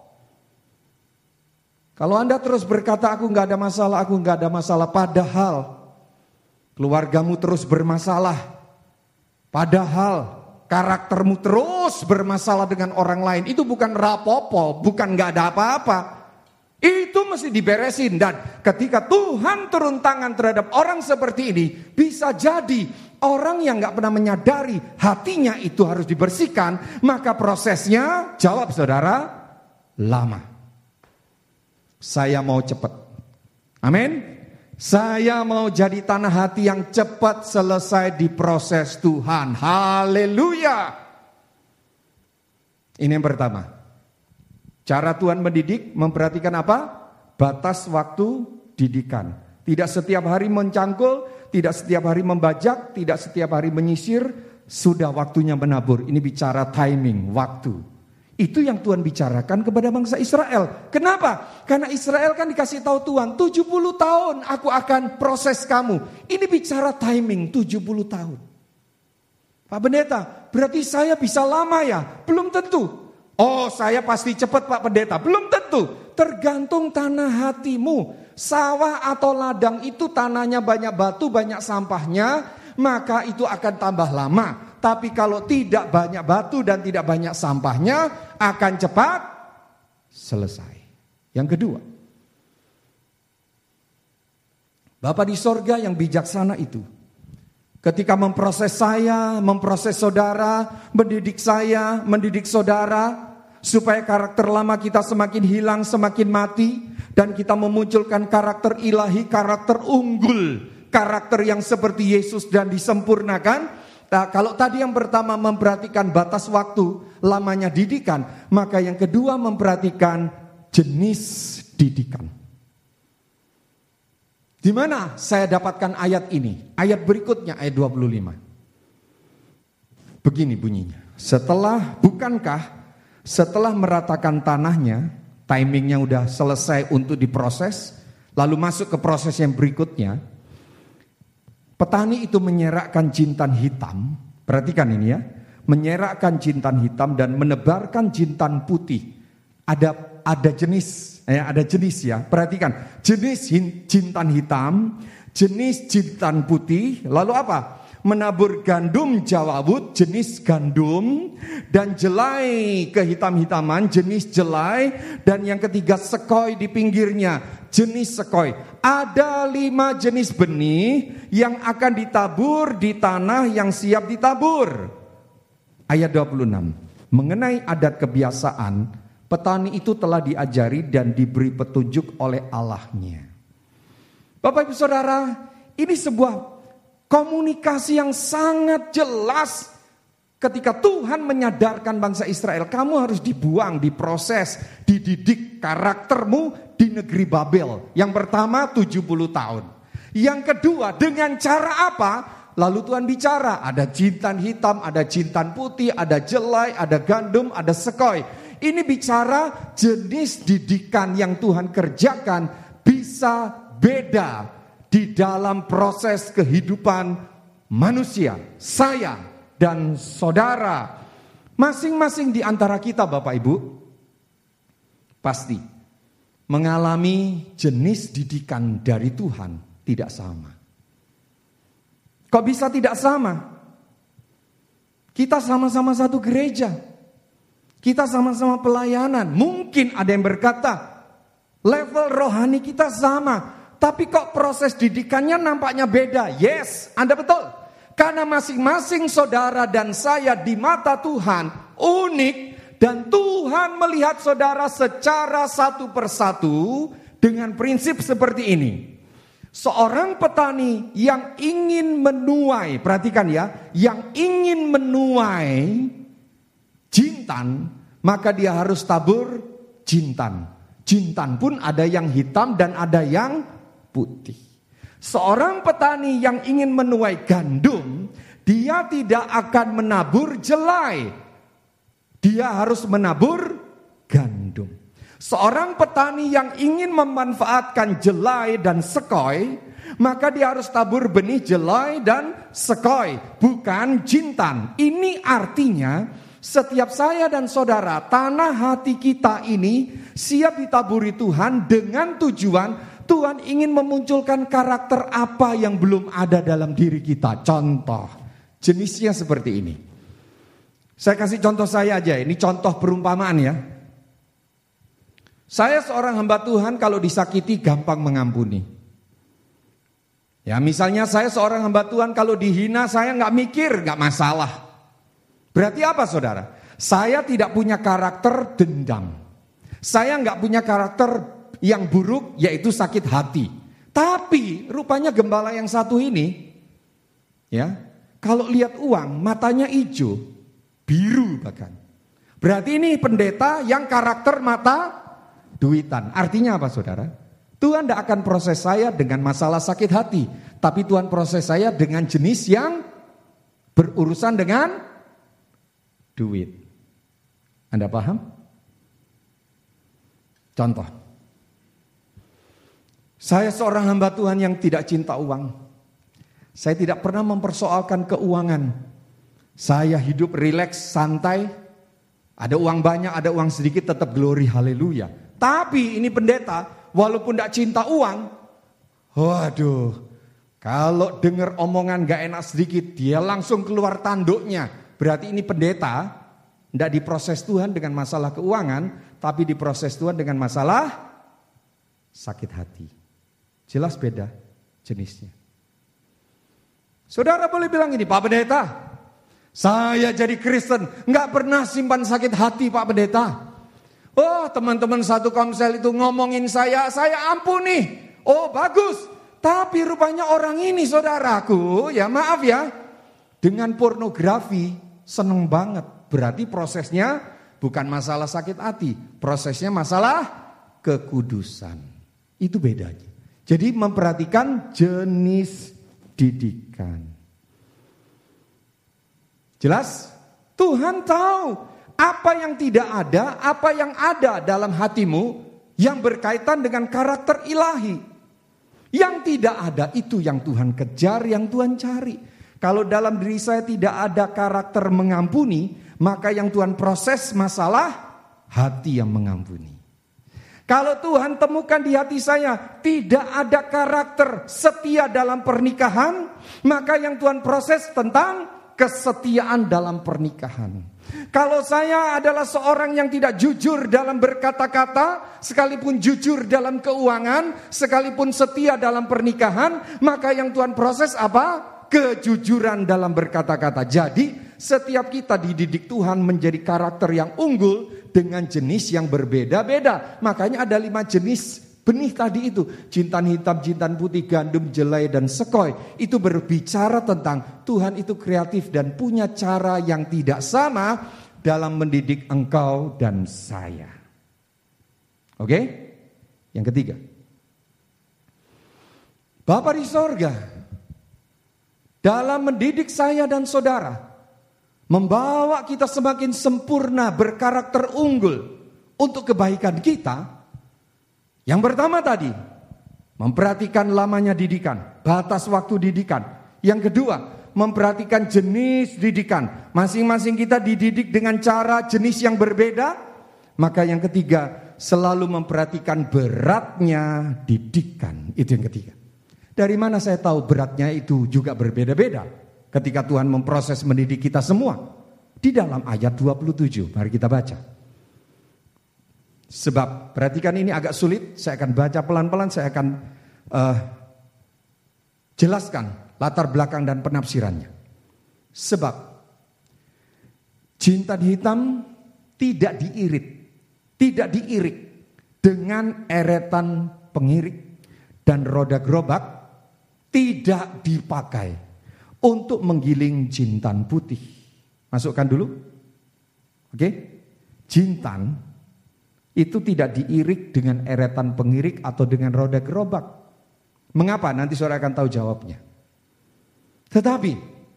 Kalau Anda terus berkata aku gak ada masalah, aku gak ada masalah. Padahal keluargamu terus bermasalah. Padahal karaktermu terus bermasalah dengan orang lain. Itu bukan rapopo, bukan gak ada apa-apa. Itu mesti diberesin. Dan ketika Tuhan turun tangan terhadap orang seperti ini, bisa jadi orang yang gak pernah menyadari hatinya itu harus dibersihkan. Maka prosesnya, jawab saudara, lama. Saya mau cepat. Amin. Saya mau jadi tanah hati yang cepat selesai diproses Tuhan. Haleluya. Ini yang pertama. Cara Tuhan mendidik, memperhatikan apa? Batas waktu didikan. Tidak setiap hari mencangkul, tidak setiap hari membajak, tidak setiap hari menyisir. Sudah waktunya menabur. Ini bicara timing, waktu. Itu yang Tuhan bicarakan kepada bangsa Israel. Kenapa? Karena Israel kan dikasih tahu Tuhan, tujuh puluh tahun aku akan proses kamu. Ini bicara timing tujuh puluh tahun. Pak Pendeta, berarti saya bisa lama ya? Belum tentu. Oh, saya pasti cepat Pak Pendeta. Belum tentu. Tergantung tanah hatimu. Sawah atau ladang itu tanahnya banyak batu, banyak sampahnya, maka itu akan tambah lama. Tapi kalau tidak banyak batu dan tidak banyak sampahnya, akan cepat selesai. Yang kedua, Bapa di sorga yang bijaksana itu, ketika memproses saya, memproses saudara, mendidik saya, mendidik saudara, supaya karakter lama kita semakin hilang, semakin mati, dan kita memunculkan karakter ilahi, karakter unggul, karakter yang seperti Yesus dan disempurnakan. Nah, kalau tadi yang pertama memperhatikan batas waktu, lamanya didikan, maka yang kedua memperhatikan jenis didikan. Di mana saya dapatkan ayat ini? Ayat berikutnya, ayat dua puluh lima. Begini bunyinya. Setelah, bukankah setelah meratakan tanahnya, timingnya udah selesai untuk diproses, lalu masuk ke proses yang berikutnya, petani itu menyerakkan jintan hitam, perhatikan ini ya, menyerakkan jintan hitam dan menebarkan jintan putih. Ada ada jenis, ya, ada jenis ya, perhatikan, jenis jintan hitam, jenis jintan putih, lalu apa? Menabur gandum jawabut jenis gandum, dan jelai kehitam-hitaman jenis jelai, dan yang ketiga sekoi di pinggirnya jenis sekoi. Ada lima jenis benih yang akan ditabur di tanah yang siap ditabur. Ayat dua puluh enam. Mengenai adat kebiasaan, petani itu telah diajari dan diberi petunjuk oleh Allahnya. Bapak Ibu Saudara, ini sebuah komunikasi yang sangat jelas ketika Tuhan menyadarkan bangsa Israel, kamu harus dibuang, diproses, dididik karaktermu di negeri Babel. Yang pertama tujuh puluh tahun. Yang kedua, dengan cara apa? Lalu Tuhan bicara, ada jintan hitam, ada jintan putih, ada jelai, ada gandum, ada sekoi. Ini bicara jenis didikan yang Tuhan kerjakan bisa beda di dalam proses kehidupan manusia, saya dan saudara. Masing-masing di antara kita Bapak Ibu pasti mengalami jenis didikan dari Tuhan tidak sama. Kok bisa tidak sama? Kita sama-sama satu gereja. Kita sama-sama pelayanan. Mungkin ada yang berkata, level rohani kita sama. Tapi kok proses didikannya nampaknya beda? Yes, Anda betul. Karena masing-masing saudara dan saya di mata Tuhan unik. Dan Tuhan melihat saudara secara satu persatu dengan prinsip seperti ini. Seorang petani yang ingin menuai, perhatikan ya, yang ingin menuai jintan, maka dia harus tabur jintan. Jintan pun ada yang hitam dan ada yang putih. Seorang petani yang ingin menuai gandum, dia tidak akan menabur jelai. Dia harus menabur gandum. Seorang petani yang ingin memanfaatkan jelai dan sekoi, maka dia harus tabur benih jelai dan sekoi, bukan jintan. Ini artinya setiap saya dan saudara, tanah hati kita ini siap ditaburi Tuhan dengan tujuan Tuhan ingin memunculkan karakter apa yang belum ada dalam diri kita. Contoh, jenisnya seperti ini. Saya kasih contoh saya aja, ini contoh perumpamaan ya. Saya seorang hamba Tuhan kalau disakiti gampang mengampuni. Ya misalnya saya seorang hamba Tuhan kalau dihina saya gak mikir, gak masalah. Berarti apa saudara? Saya tidak punya karakter dendam. Saya gak punya karakter yang buruk yaitu sakit hati. Tapi rupanya gembala yang satu ini, ya, kalau lihat uang matanya hijau, biru bahkan. Berarti ini pendeta yang karakter mata duitan. Artinya apa saudara? Tuhan tidak akan proses saya dengan masalah sakit hati, tapi Tuhan proses saya dengan jenis yang berurusan dengan duit. Anda paham? Contoh. Saya seorang hamba Tuhan yang tidak cinta uang. Saya tidak pernah mempersoalkan keuangan. Saya hidup rileks, santai. Ada uang banyak, ada uang sedikit, tetap glory, haleluya. Tapi ini pendeta, walaupun tidak cinta uang, waduh, kalau dengar omongan gak enak sedikit, dia langsung keluar tanduknya. Berarti ini pendeta, tidak diproses Tuhan dengan masalah keuangan, tapi diproses Tuhan dengan masalah sakit hati. Jelas beda jenisnya. Saudara boleh bilang ini, Pak Pendeta, saya jadi Kristen, nggak pernah simpan sakit hati Pak Pendeta. Oh, teman-teman satu komsel itu ngomongin saya, saya ampuni. Oh, bagus. Tapi rupanya orang ini saudaraku, ya maaf ya, dengan pornografi seneng banget. Berarti prosesnya bukan masalah sakit hati, prosesnya masalah kekudusan. Itu bedanya. Jadi memperhatikan jenis didikan. Jelas? Tuhan tahu apa yang tidak ada, apa yang ada dalam hatimu yang berkaitan dengan karakter ilahi. Yang tidak ada itu yang Tuhan kejar, yang Tuhan cari. Kalau dalam diri saya tidak ada karakter mengampuni, maka yang Tuhan proses masalah hati yang mengampuni. Kalau Tuhan temukan di hati saya tidak ada karakter setia dalam pernikahan, maka yang Tuhan proses tentang kesetiaan dalam pernikahan. Kalau saya adalah seorang yang tidak jujur dalam berkata-kata, sekalipun jujur dalam keuangan, sekalipun setia dalam pernikahan, maka yang Tuhan proses apa? Kejujuran dalam berkata-kata. Jadi setiap kita dididik Tuhan menjadi karakter yang unggul dengan jenis yang berbeda-beda. Makanya ada lima jenis benih tadi itu. Jintan hitam, jintan putih, gandum, jelai, dan sekoi. Itu berbicara tentang Tuhan itu kreatif dan punya cara yang tidak sama dalam mendidik engkau dan saya. Oke? Yang ketiga. Bapa di sorga, dalam mendidik saya dan saudara, membawa kita semakin sempurna berkarakter unggul untuk kebaikan kita. Yang pertama tadi, memperhatikan lamanya didikan, batas waktu didikan. Yang kedua, memperhatikan jenis didikan. Masing-masing kita dididik dengan cara jenis yang berbeda. Maka yang ketiga, selalu memperhatikan beratnya didikan. Itu yang ketiga. Dari mana saya tahu beratnya itu juga berbeda-beda? Ketika Tuhan memproses mendidik kita semua. Di dalam ayat dua puluh tujuh, mari kita baca. Sebab, perhatikan ini agak sulit, saya akan baca pelan-pelan, saya akan uh, jelaskan latar belakang dan penafsirannya. Sebab, jintan hitam tidak diirit, tidak diirik dengan eretan pengirik dan roda gerobak, tidak dipakai untuk menggiling jintan putih. Masukkan dulu. Oke. Jintan itu tidak diirik dengan eretan pengirik atau dengan roda gerobak. Mengapa? Nanti saudara akan tahu jawabnya. Tetapi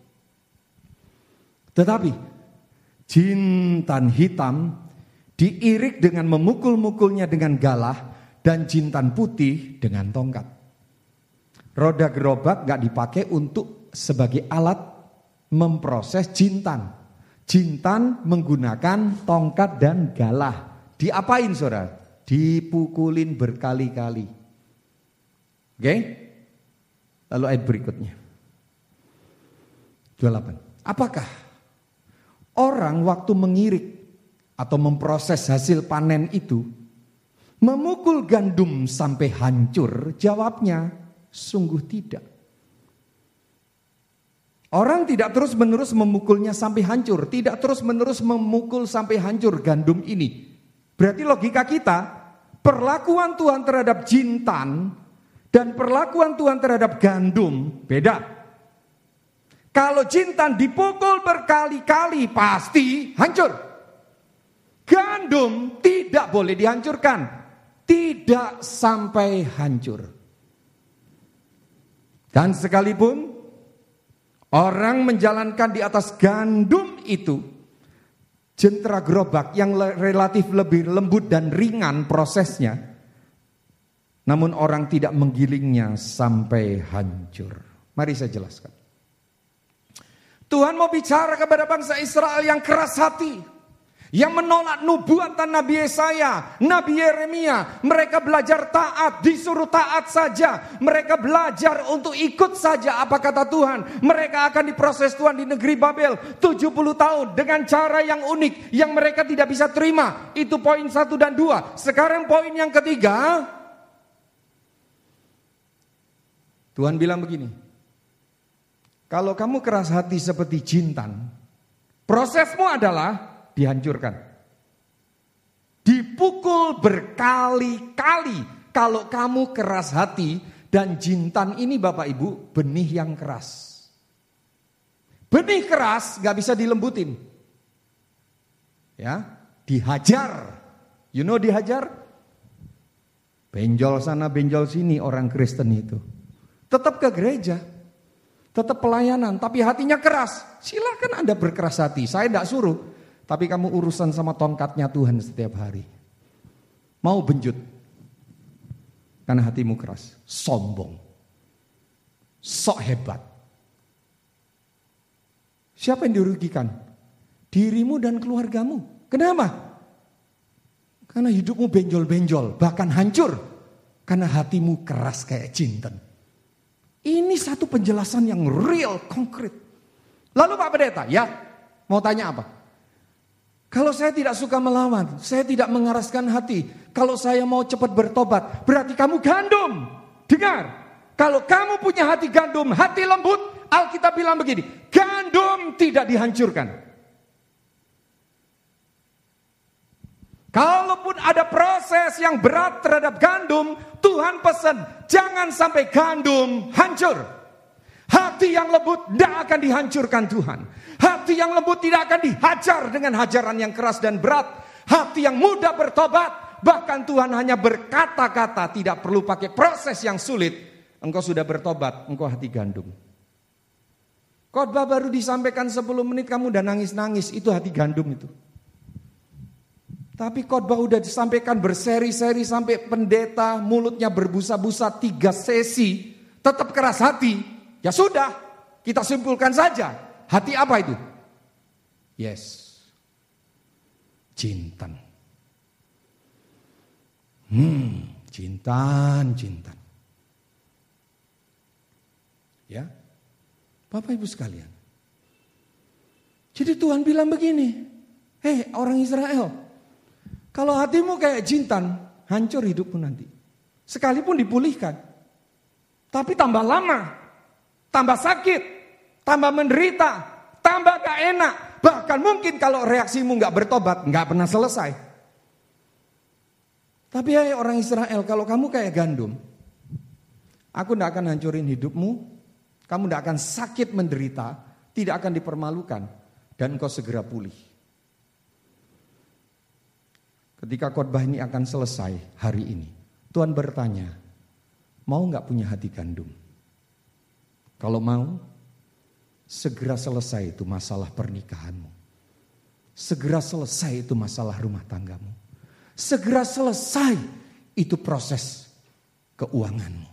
Tetapi jintan hitam diirik dengan memukul-mukulnya dengan galah, dan jintan putih dengan tongkat. Roda gerobak gak dipakai untuk sebagai alat memproses jintan. Jintan menggunakan tongkat dan galah. Diapain saudara? Dipukulin berkali-kali. Oke? Lalu ayat berikutnya. dua puluh delapan. Apakah orang waktu mengirik atau memproses hasil panen itu memukul gandum sampai hancur? Jawabnya, sungguh tidak. Orang tidak terus-menerus memukulnya sampai hancur, tidak terus-menerus memukul sampai hancur gandum ini. Berarti logika kita, perlakuan Tuhan terhadap jintan dan perlakuan Tuhan terhadap gandum beda. Kalau jintan dipukul berkali-kali pasti hancur. Gandum tidak boleh dihancurkan, tidak sampai hancur. Dan sekalipun orang menjalankan di atas gandum itu jentera gerobak yang relatif lebih lembut dan ringan prosesnya, namun orang tidak menggilingnya sampai hancur. Mari saya jelaskan. Tuhan mau bicara kepada bangsa Israel yang keras hati, yang menolak nubuatan Nabi Yesaya, Nabi Yeremia. Mereka belajar taat, disuruh taat saja. Mereka belajar untuk ikut saja apa kata Tuhan. Mereka akan diproses Tuhan di negeri Babel tujuh puluh tahun dengan cara yang unik yang mereka tidak bisa terima. Itu poin satu dan dua. Sekarang poin yang ketiga. Tuhan bilang begini, kalau kamu keras hati seperti jintan, prosesmu adalah dihancurkan. Dipukul berkali-kali kalau kamu keras hati. Dan jintan ini Bapak Ibu benih yang keras. Benih keras gak bisa dilembutin. Ya, dihajar. You know dihajar? Benjol sana benjol sini orang Kristen itu. Tetap ke gereja, tetap pelayanan, tapi hatinya keras. Silakan Anda berkeras hati, saya tidak suruh. Tapi kamu urusan sama tongkatnya Tuhan setiap hari. Mau benjut. Karena hatimu keras. Sombong. Sok hebat. Siapa yang dirugikan? Dirimu dan keluargamu. Kenapa? Karena hidupmu benjol-benjol. Bahkan hancur. Karena hatimu keras kayak jinten. Ini satu penjelasan yang real, konkret. Lalu Pak Pendeta, ya mau tanya apa? Kalau saya tidak suka melawan, saya tidak mengeraskan hati. Kalau saya mau cepat bertobat, berarti kamu gandum. Dengar, kalau kamu punya hati gandum, hati lembut, Alkitab bilang begini, gandum tidak dihancurkan. Kalaupun ada proses yang berat terhadap gandum, Tuhan pesan, jangan sampai gandum hancur. Hati yang lembut tidak akan dihancurkan Tuhan. Hati yang lembut tidak akan dihajar dengan hajaran yang keras dan berat. Hati yang mudah bertobat. Bahkan Tuhan hanya berkata-kata, tidak perlu pakai proses yang sulit. Engkau sudah bertobat, engkau hati gandum. Khotbah baru disampaikan sepuluh menit kamu udah nangis-nangis, itu hati gandum itu. Tapi khotbah udah disampaikan berseri-seri sampai pendeta mulutnya berbusa-busa tiga sesi. Tetap keras hati. Ya sudah, kita simpulkan saja. Hati apa itu? Yes. Jintan. Hmm, jintan, jintan. Ya. Bapak Ibu sekalian. Jadi Tuhan bilang begini. Hei orang Israel. Kalau hatimu kayak jintan, hancur hidupmu nanti. Sekalipun dipulihkan. Tapi tambah lama. Tambah sakit, tambah menderita, tambah gak enak. Bahkan mungkin kalau reaksimu gak bertobat, gak pernah selesai. Tapi hai orang Israel, kalau kamu kayak gandum, aku gak akan hancurin hidupmu, kamu gak akan sakit menderita, tidak akan dipermalukan, dan engkau segera pulih. Ketika khotbah ini akan selesai hari ini, Tuhan bertanya, mau gak punya hati gandum? Kalau mau, segera selesai itu masalah pernikahanmu. Segera selesai itu masalah rumah tanggamu. Segera selesai itu proses keuanganmu.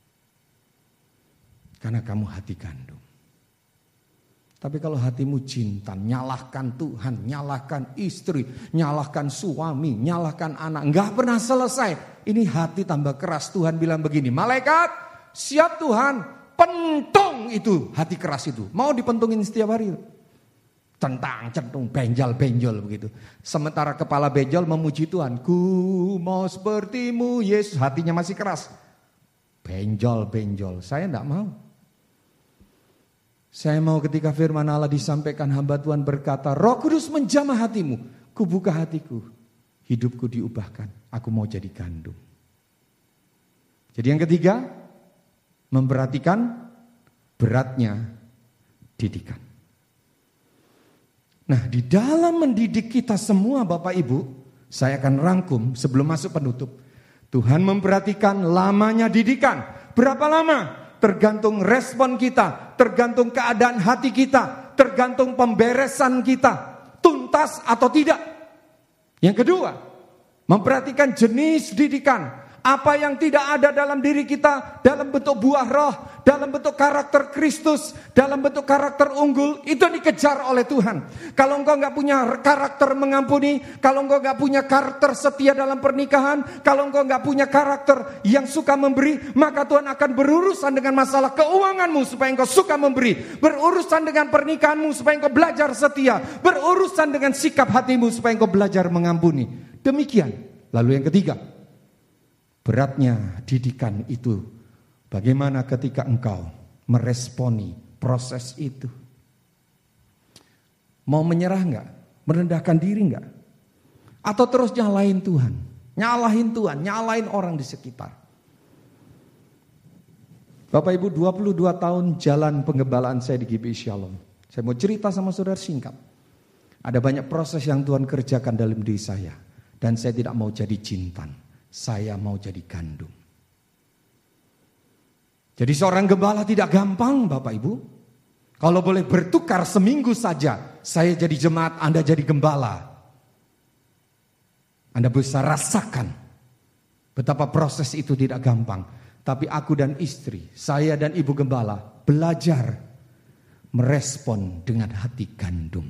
Karena kamu hati gandum. Tapi kalau hatimu jintan, nyalahkan Tuhan, nyalahkan istri, nyalahkan suami, nyalahkan anak. Enggak pernah selesai. Ini hati tambah keras. Tuhan bilang begini, malaikat siap Tuhan. Pentung itu hati keras itu. Mau dipentungin setiap hari. Centang, centung, benjol, benjol begitu. Sementara kepala benjol memuji Tuhan. Ku mau sepertimu Yesus. Hatinya masih keras. Benjol, benjol. Saya tidak mau. Saya mau ketika firman Allah disampaikan hamba Tuhan berkata. Roh Kudus menjamah hatimu. Ku buka hatiku. Hidupku diubahkan. Aku mau jadi gandum. Jadi yang ketiga. Memperhatikan beratnya didikan. Nah di dalam mendidik kita semua Bapak Ibu. Saya akan rangkum sebelum masuk penutup. Tuhan memperhatikan lamanya didikan. Berapa lama? Tergantung respon kita. Tergantung keadaan hati kita. Tergantung pemberesan kita. Tuntutan tuntas atau tidak. Yang kedua, memperhatikan jenis didikan. Apa yang tidak ada dalam diri kita dalam bentuk buah roh, dalam bentuk karakter Kristus, dalam bentuk karakter unggul, itu dikejar oleh Tuhan. Kalau engkau gak punya karakter mengampuni, kalau engkau gak punya karakter setia dalam pernikahan, kalau engkau gak punya karakter yang suka memberi, maka Tuhan akan berurusan dengan masalah keuanganmu supaya engkau suka memberi, berurusan dengan pernikahanmu supaya engkau belajar setia, berurusan dengan sikap hatimu supaya engkau belajar mengampuni. Demikian. Lalu yang ketiga, beratnya didikan itu, bagaimana ketika engkau meresponi proses itu? Mau menyerah enggak? Merendahkan diri enggak? Atau terus nyalahin Tuhan? Nyalahin Tuhan, nyalahin orang di sekitar. Bapak Ibu, dua puluh dua tahun jalan penggembalaan saya di G B I Shalom. Saya mau cerita sama saudara singkat. Ada banyak proses yang Tuhan kerjakan dalam diri saya. Dan saya tidak mau jadi jintan. Saya mau jadi gandum. Jadi seorang gembala tidak gampang, Bapak Ibu. Kalau boleh bertukar seminggu saja, saya jadi jemaat, Anda jadi gembala. Anda bisa rasakan betapa proses itu tidak gampang. Tapi aku dan istri, saya dan ibu gembala belajar merespon dengan hati gandum.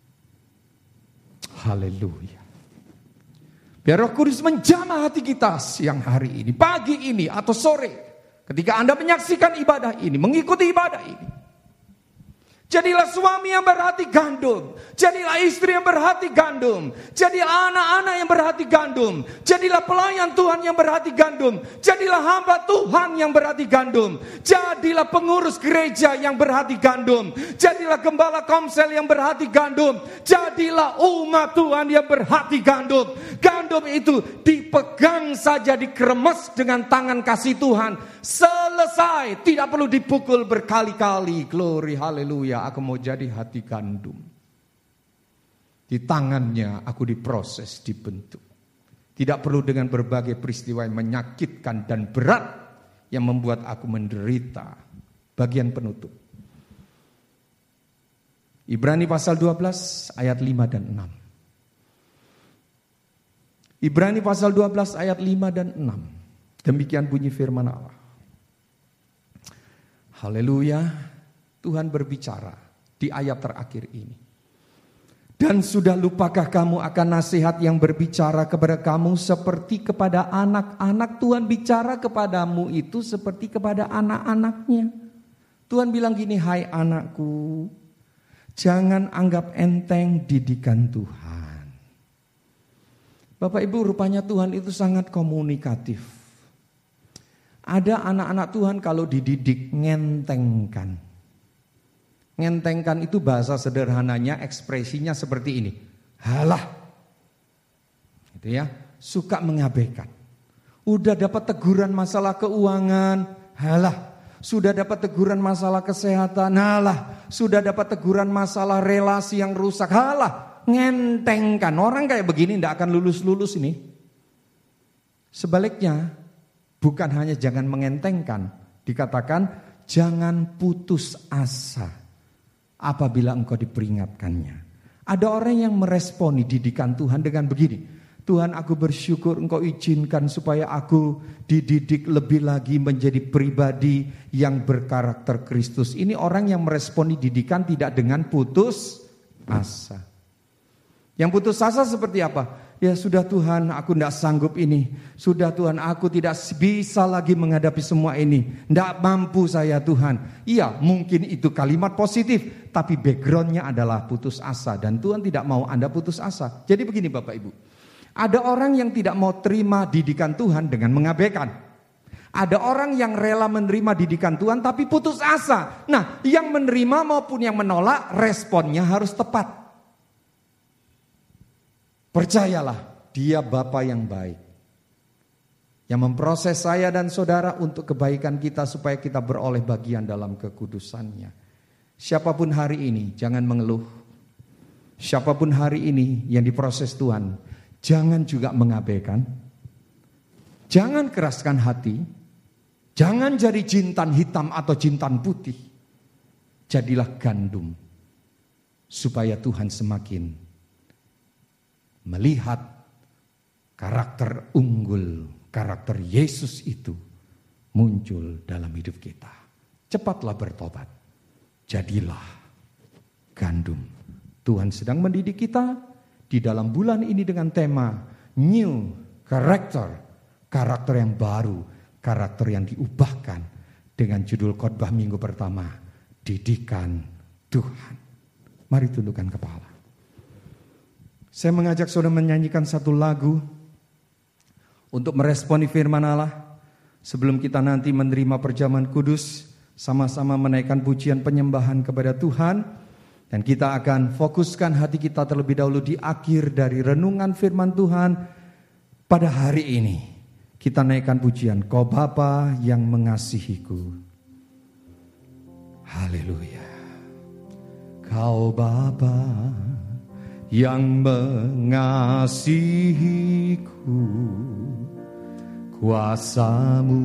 Haleluya. Biar Roh Kudus menjamah hati kita siang hari ini, pagi ini atau sore. Ketika Anda menyaksikan ibadah ini, mengikuti ibadah ini. Jadilah suami yang berhati gandum. Jadilah istri yang berhati gandum. Jadilah anak-anak yang berhati gandum. Jadilah pelayan Tuhan yang berhati gandum. Jadilah hamba Tuhan yang berhati gandum. Jadilah pengurus gereja yang berhati gandum. Jadilah gembala komsel yang berhati gandum. Jadilah umat Tuhan yang berhati gandum. Gandum itu dipegang saja, dikeremes dengan tangan kasih Tuhan. Selesai, tidak perlu dipukul berkali-kali. Glory, haleluya. Aku mau jadi hati gandum. Di tangannya aku diproses, dibentuk. Tidak perlu dengan berbagai peristiwa yang menyakitkan dan berat yang membuat aku menderita. Bagian penutup. Ibrani pasal dua belas ayat lima dan enam. Ibrani pasal dua belas ayat lima dan enam. Demikian bunyi firman Allah. Haleluya. Tuhan berbicara di ayat terakhir ini. Dan sudah lupakah kamu akan nasihat yang berbicara kepada kamu seperti kepada anak-anak? Tuhan bicara kepadamu itu seperti kepada anak-anaknya. Tuhan bilang gini, hai anakku, jangan anggap enteng didikan Tuhan. Bapak Ibu, rupanya Tuhan itu sangat komunikatif. Ada anak-anak Tuhan kalau dididik ngentengkan. Ngentengkan itu bahasa sederhananya, ekspresinya seperti ini. Halah. Gitu ya, suka mengabaikan. Udah dapat teguran masalah keuangan, halah. Sudah dapat teguran masalah kesehatan, halah. Sudah dapat teguran masalah relasi yang rusak, halah. Ngentengkan. Orang kayak begini tidak akan lulus-lulus ini. Sebaliknya, bukan hanya jangan mengentengkan, dikatakan jangan putus asa apabila engkau diperingatkannya. Ada orang yang meresponi didikan Tuhan dengan begini. Tuhan, aku bersyukur engkau izinkan supaya aku dididik lebih lagi menjadi pribadi yang berkarakter Kristus. Ini orang yang meresponi didikan tidak dengan putus asa. Yang putus asa seperti apa? Ya sudah Tuhan, aku tidak sanggup ini. Sudah Tuhan, aku tidak bisa lagi menghadapi semua ini. Tidak mampu saya Tuhan. Iya, mungkin itu kalimat positif. Tapi backgroundnya adalah putus asa. Dan Tuhan tidak mau Anda putus asa. Jadi begini Bapak Ibu. Ada orang yang tidak mau terima didikan Tuhan dengan mengabaikan. Ada orang yang rela menerima didikan Tuhan tapi putus asa. Nah, yang menerima maupun yang menolak, responnya harus tepat. Percayalah, dia Bapa yang baik. Yang memproses saya dan saudara untuk kebaikan kita supaya kita beroleh bagian dalam kekudusannya. Siapapun hari ini, jangan mengeluh. Siapapun hari ini yang diproses Tuhan, jangan juga mengabaikan. Jangan keraskan hati. Jangan jadi jintan hitam atau jintan putih. Jadilah gandum. Supaya Tuhan semakin melihat karakter unggul, karakter Yesus itu muncul dalam hidup kita. Cepatlah bertobat, jadilah gandum. Tuhan sedang mendidik kita di dalam bulan ini dengan tema New Character, karakter yang baru, karakter yang diubahkan, dengan judul khotbah minggu pertama, Didikan Tuhan. Mari tundukkan kepala. Saya mengajak saudara menyanyikan satu lagu untuk meresponi firman Allah. Sebelum kita nanti menerima perjamuan kudus, sama-sama menaikkan pujian penyembahan kepada Tuhan. Dan kita akan fokuskan hati kita terlebih dahulu di akhir dari renungan firman Tuhan pada hari ini. Kita naikkan pujian, Kau Bapa yang mengasihiku. Haleluya. Kau Bapa yang mengasihiku, kuasa-Mu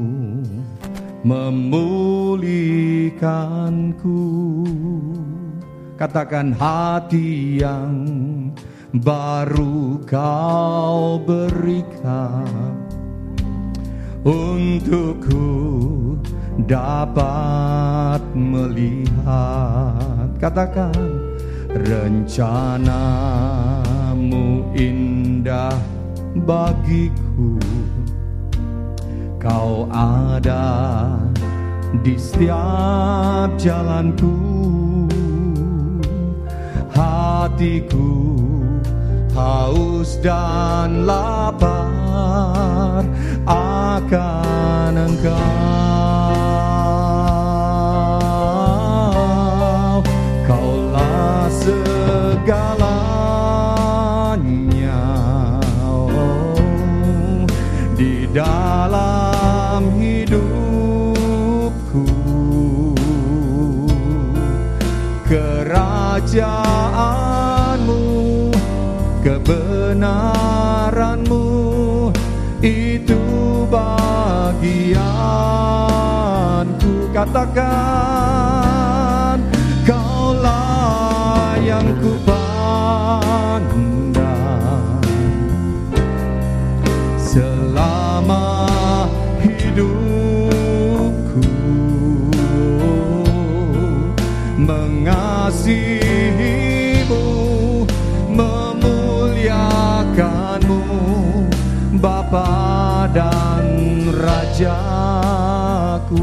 memulihkanku. Katakan, hati yang baru Kau berikan, untukku dapat melihat. Katakan, rencana-Mu indah bagiku. Kau ada di setiap jalanku. Hatiku haus dan lapar akan Engkau. Kaulah segalanya, oh, di dalam hidupku. Kerajaan-Mu, kebenaran-Mu, itu bagianku. Katakan, Kaulah yang kupandang selama hidupku. Mengasihi-Mu, memuliakan-Mu, Bapa dan Rajaku.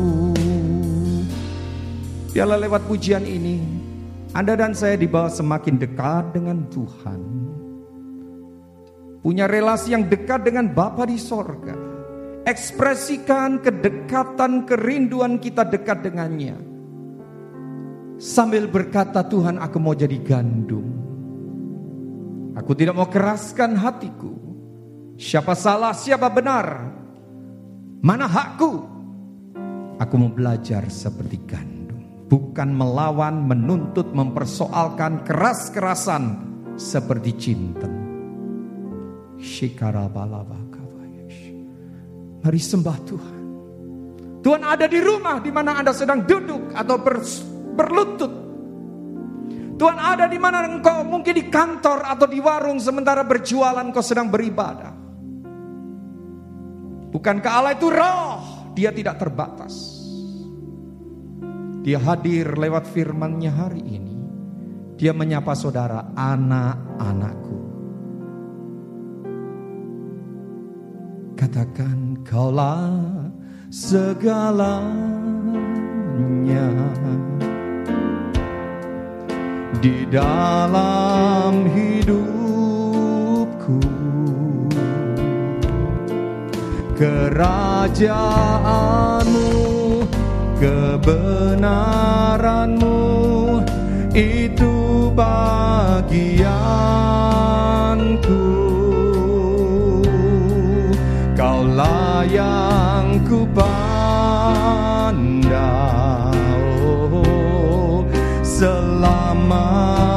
Biarlah lewat pujian ini Anda dan saya dibawa semakin dekat dengan Tuhan, punya relasi yang dekat dengan Bapa di sorga. Ekspresikan kedekatan, kerinduan kita dekat dengannya, sambil berkata, Tuhan, aku mau jadi gandum. Aku tidak mau keraskan hatiku. Siapa salah, siapa benar, mana hakku? Aku mau belajar seperti gandum, bukan melawan, menuntut, mempersoalkan, keras-kerasan seperti cinten. Mari sembah Tuhan. Tuhan ada di rumah di mana Anda sedang duduk atau ber, berlutut. Tuhan ada di mana engkau, mungkin di kantor atau di warung sementara berjualan, kau sedang beribadah. Bukankah Allah itu roh? Dia tidak terbatas. Dia hadir lewat firman-Nya hari ini. Dia menyapa saudara, anak-anakku. Katakan, Kaulah segalanya di dalam hidupku. Kerajaan-Mu, kebenaran-Mu, itu bagianku. Kaulah yang kupandang, oh, selama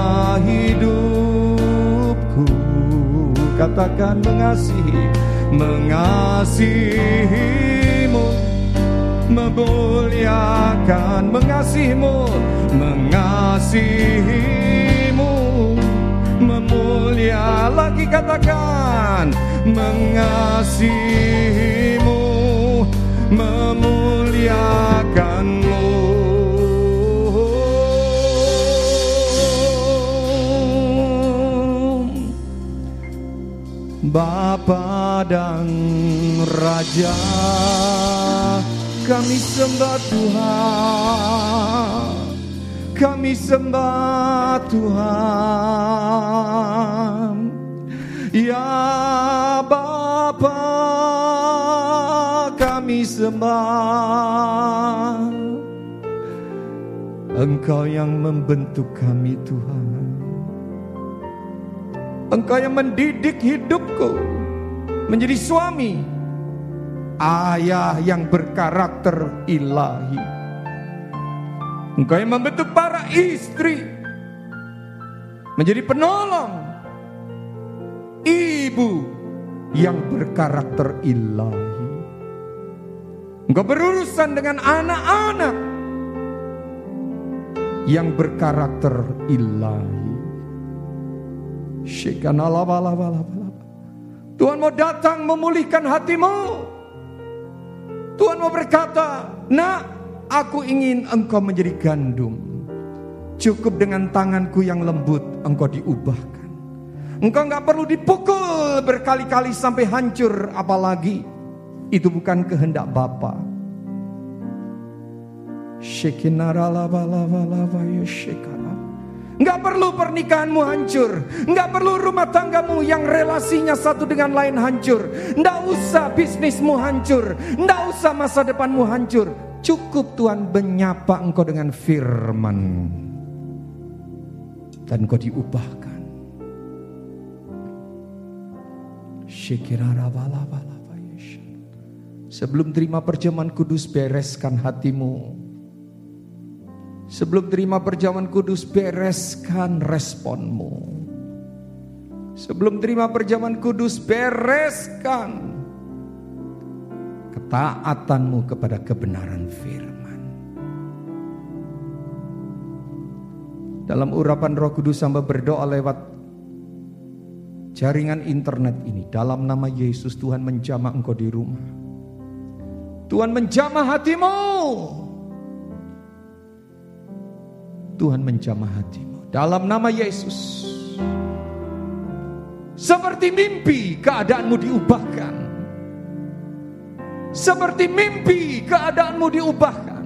hidupku. Katakan, mengasihi, mengasihi-Mu, memuliakan, mengasihi-Mu, mengasihi-Mu, memuliakan. mulia. Lagi katakan, mengasihimu, memuliakanmu. Bapa dan Raja, kami sembah Tuhan, kami sembah Tuhan. Ya Bapa, kami sembah. Engkau yang membentuk kami Tuhan, Engkau yang mendidik hidupku menjadi suami, ayah yang berkarakter ilahi. Engkau yang membentuk para istri menjadi penolong, ibu yang berkarakter ilahi. Engkau berurusan dengan anak-anak yang berkarakter ilahi. Tuhan mau datang memulihkan hatimu. Tuhan mau berkata, nak, aku ingin engkau menjadi gandum. Cukup dengan tanganku yang lembut engkau diubahkan. Engkau gak perlu dipukul berkali-kali sampai hancur. Apalagi itu bukan kehendak Bapa. Enggak perlu pernikahanmu hancur, enggak perlu rumah tanggamu yang relasinya satu dengan lain hancur, enggak usah bisnismu hancur, enggak usah masa depanmu hancur. Cukup Tuhan menyapa engkau dengan firman dan engkau diubahkan. Sebelum terima perjamuan kudus, bereskan hatimu. Sebelum terima perjamuan kudus, bereskan responmu. Sebelum terima perjamuan kudus, bereskan ketaatanmu kepada kebenaran firman. Dalam urapan Roh Kudus, hamba berdoa lewat jaringan internet ini. Dalam nama Yesus, Tuhan menjamah engkau di rumah. Tuhan menjamah hatimu. Tuhan menjamah hatimu dalam nama Yesus. Seperti mimpi keadaanmu diubahkan. Seperti mimpi keadaanmu diubahkan.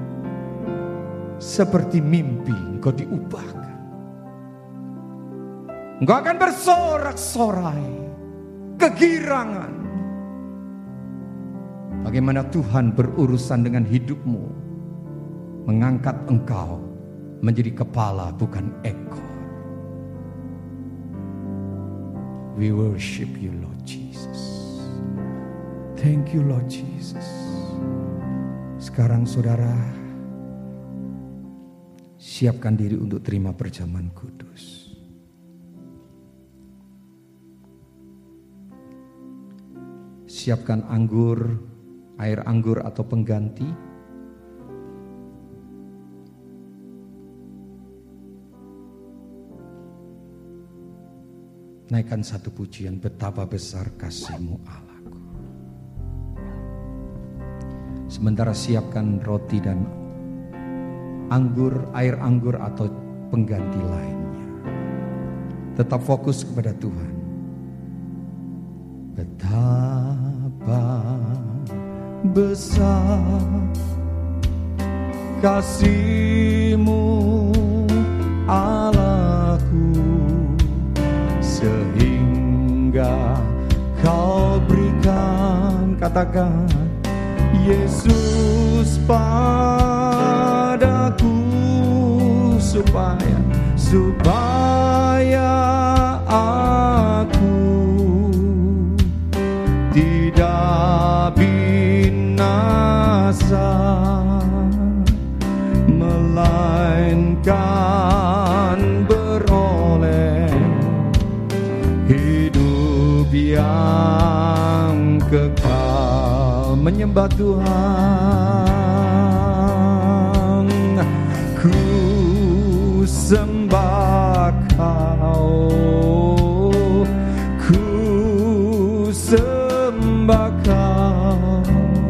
Seperti mimpi engkau diubahkan. Engkau akan bersorak-sorai kegirangan. Bagaimana Tuhan berurusan dengan hidupmu, mengangkat engkau menjadi kepala bukan ekor. We worship you Lord Jesus. Thank you Lord Jesus. Sekarang saudara, siapkan diri untuk terima perjamuan kudus. Siapkan anggur, air anggur atau pengganti. Naikkan satu pujian, betapa besar kasih-Mu Allahku. Sementara siapkan roti dan anggur, air anggur atau pengganti lainnya. Tetap fokus kepada Tuhan. Betapa besar kasih-Mu Allahku, sehingga Kau berikan, katakan, Yesus padaku, supaya supaya aku tidak binasa, melainkan beroleh hidup yang kekal. Menyembah Tuhan, ku sembah Kau, sembah Kau,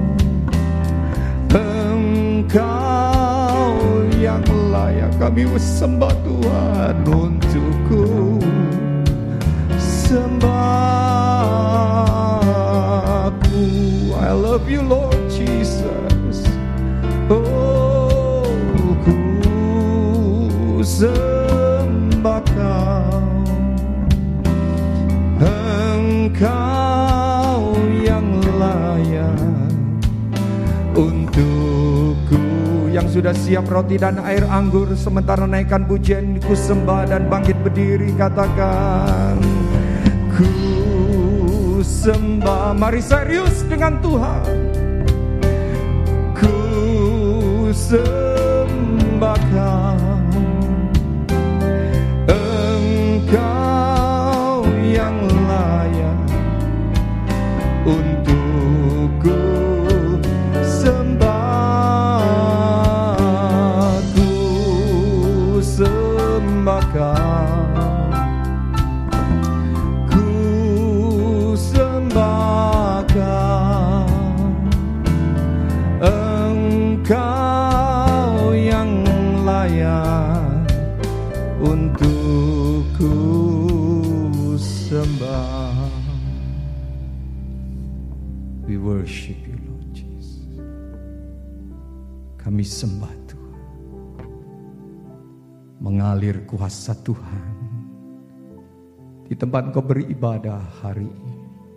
Engkau yang layak kami sembah Tuhan. Untuk ku sembahku, I love you Lord Jesus. Oh, ku sembah Kau, Engkau yang layak untukku. Yang sudah siap roti dan air anggur, sementara naikkan pujian, ku sembah dan bangkit berdiri, katakan ku sembah. Mari serius dengan Tuhan. Ku sembah Kau, Engkau yang layak untukku sembah. Ku sembah Kau, ku sembah Kau, Engkau yang layak untuk ku sembah. We worship you Lord Jesus. Kami sembah Tuhan. Mengalir kuasa Tuhan di tempat Engkau beribadah hari ini.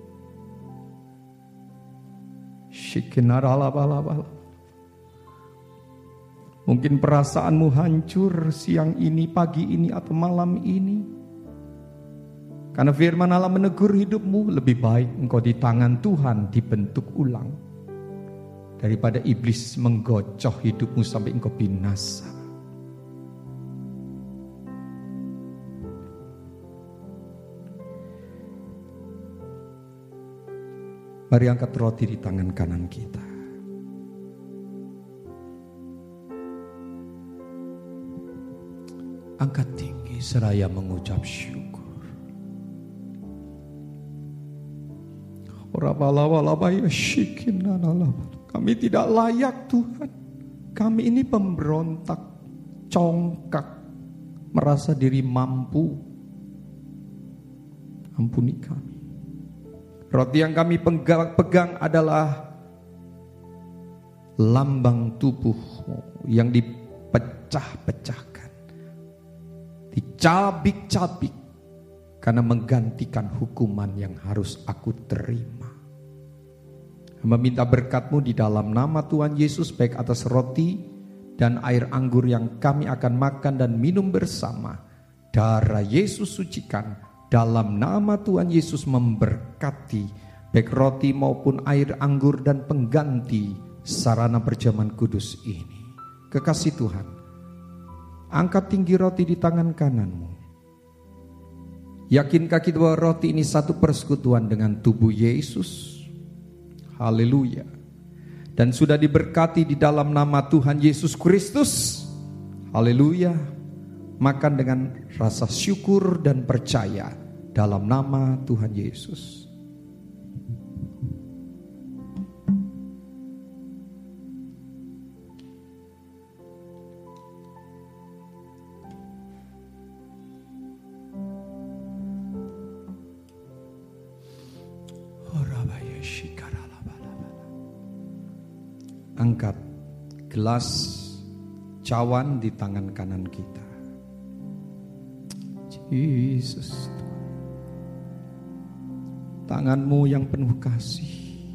Shikinaralabalabala. Mungkin perasaanmu hancur siang ini, pagi ini, atau malam ini. Karena firman Allah menegur hidupmu, lebih baik engkau di tangan Tuhan dibentuk ulang daripada iblis menggocoh hidupmu sampai engkau binasa. Mari angkat roti di tangan kanan kita. Angkat tinggi seraya mengucap syukur. Kami tidak layak Tuhan. Kami ini pemberontak, congkak, merasa diri mampu. Ampuni kami. Roti yang kami pegang, pegang adalah lambang tubuh-Mu yang dipecah-pecahkan, dicabik-cabik karena menggantikan hukuman yang harus aku terima. Meminta berkat-Mu di dalam nama Tuhan Yesus, baik atas roti dan air anggur yang kami akan makan dan minum bersama. Darah Yesus sucikan. Dalam nama Tuhan Yesus memberkati baik roti maupun air anggur dan pengganti sarana perjamuan kudus ini. Kekasih Tuhan, angkat tinggi roti di tangan kananmu. Yakinkah kita bahwa roti ini satu persekutuan dengan tubuh Yesus? Haleluya. Dan sudah diberkati di dalam nama Tuhan Yesus Kristus. Haleluya. Makan dengan rasa syukur dan percaya dalam nama Tuhan Yesus. Angkat gelas cawan di tangan kanan kita. Yesus, tangan-Mu yang penuh kasih.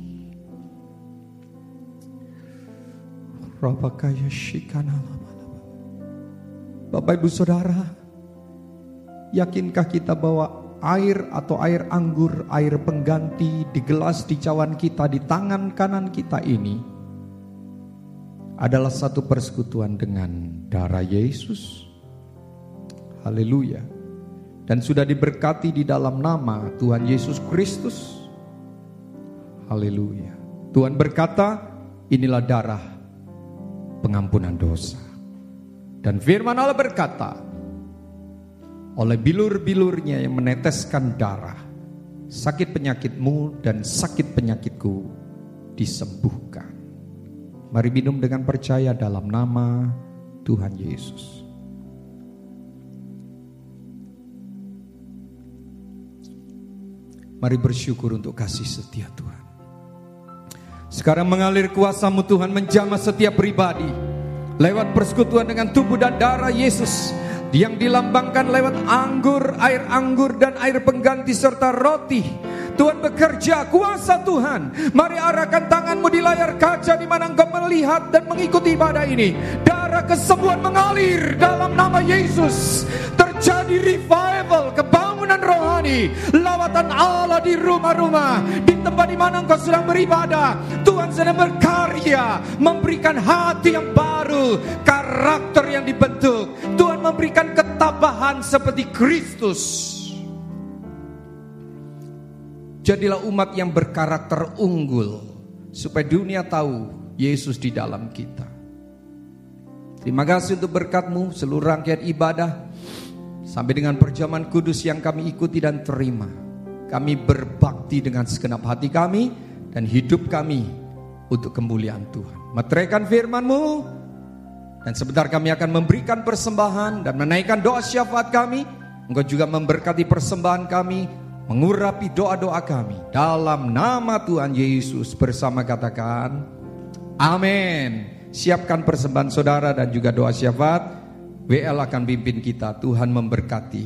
Bapak Ibu Saudara, yakinkah kita bahwa air atau air anggur, air pengganti di gelas di cawan kita, di tangan kanan kita ini adalah satu persekutuan dengan darah Yesus? Haleluya. Dan sudah diberkati di dalam nama Tuhan Yesus Kristus. Haleluya. Tuhan berkata, inilah darah pengampunan dosa. Dan firman Allah berkata, oleh bilur-bilurnya yang meneteskan darah, sakit penyakitmu dan sakit penyakitku disembuhkan. Mari minum dengan percaya dalam nama Tuhan Yesus. Mari bersyukur untuk kasih setia Tuhan. Sekarang mengalir kuasa-Mu Tuhan menjamah setiap pribadi lewat persekutuan dengan tubuh dan darah Yesus yang dilambangkan lewat anggur, air anggur dan air pengganti serta roti. Tuhan bekerja, kuasa Tuhan. Mari arahkan tanganmu di layar kaca di mana engkau melihat dan mengikuti ibadah ini. Darah kesembuhan mengalir dalam nama Yesus. Terjadi revival, kebangunan rohani, lawatan Allah di rumah-rumah, di tempat di mana engkau sedang beribadah. Tuhan sedang berkarya, memberikan hati yang baru, karakter yang dibentuk. Tuhan memberikan ketabahan seperti Kristus. Jadilah umat yang berkarakter unggul, supaya dunia tahu Yesus di dalam kita. Terima kasih untuk berkat-Mu, seluruh rangkaian ibadah, sampai dengan perjamuan kudus yang kami ikuti dan terima. Kami berbakti dengan segenap hati kami dan hidup kami untuk kemuliaan Tuhan. Meteraikan firman-Mu, dan sebentar kami akan memberikan persembahan dan menaikkan doa syafaat kami. Engkau juga memberkati persembahan kami, mengurapi doa-doa kami. Dalam nama Tuhan Yesus bersama katakan, amin. Siapkan persembahan saudara dan juga doa syafaat. W L akan pimpin kita. Tuhan memberkati.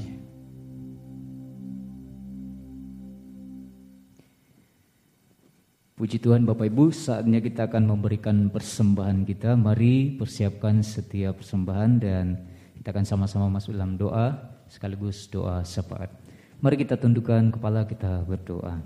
Puji Tuhan Bapak Ibu, saatnya kita akan memberikan persembahan kita. Mari persiapkan setiap persembahan dan kita akan sama-sama masuk dalam doa sekaligus doa syafaat. Mari kita tundukkan kepala, kita berdoa.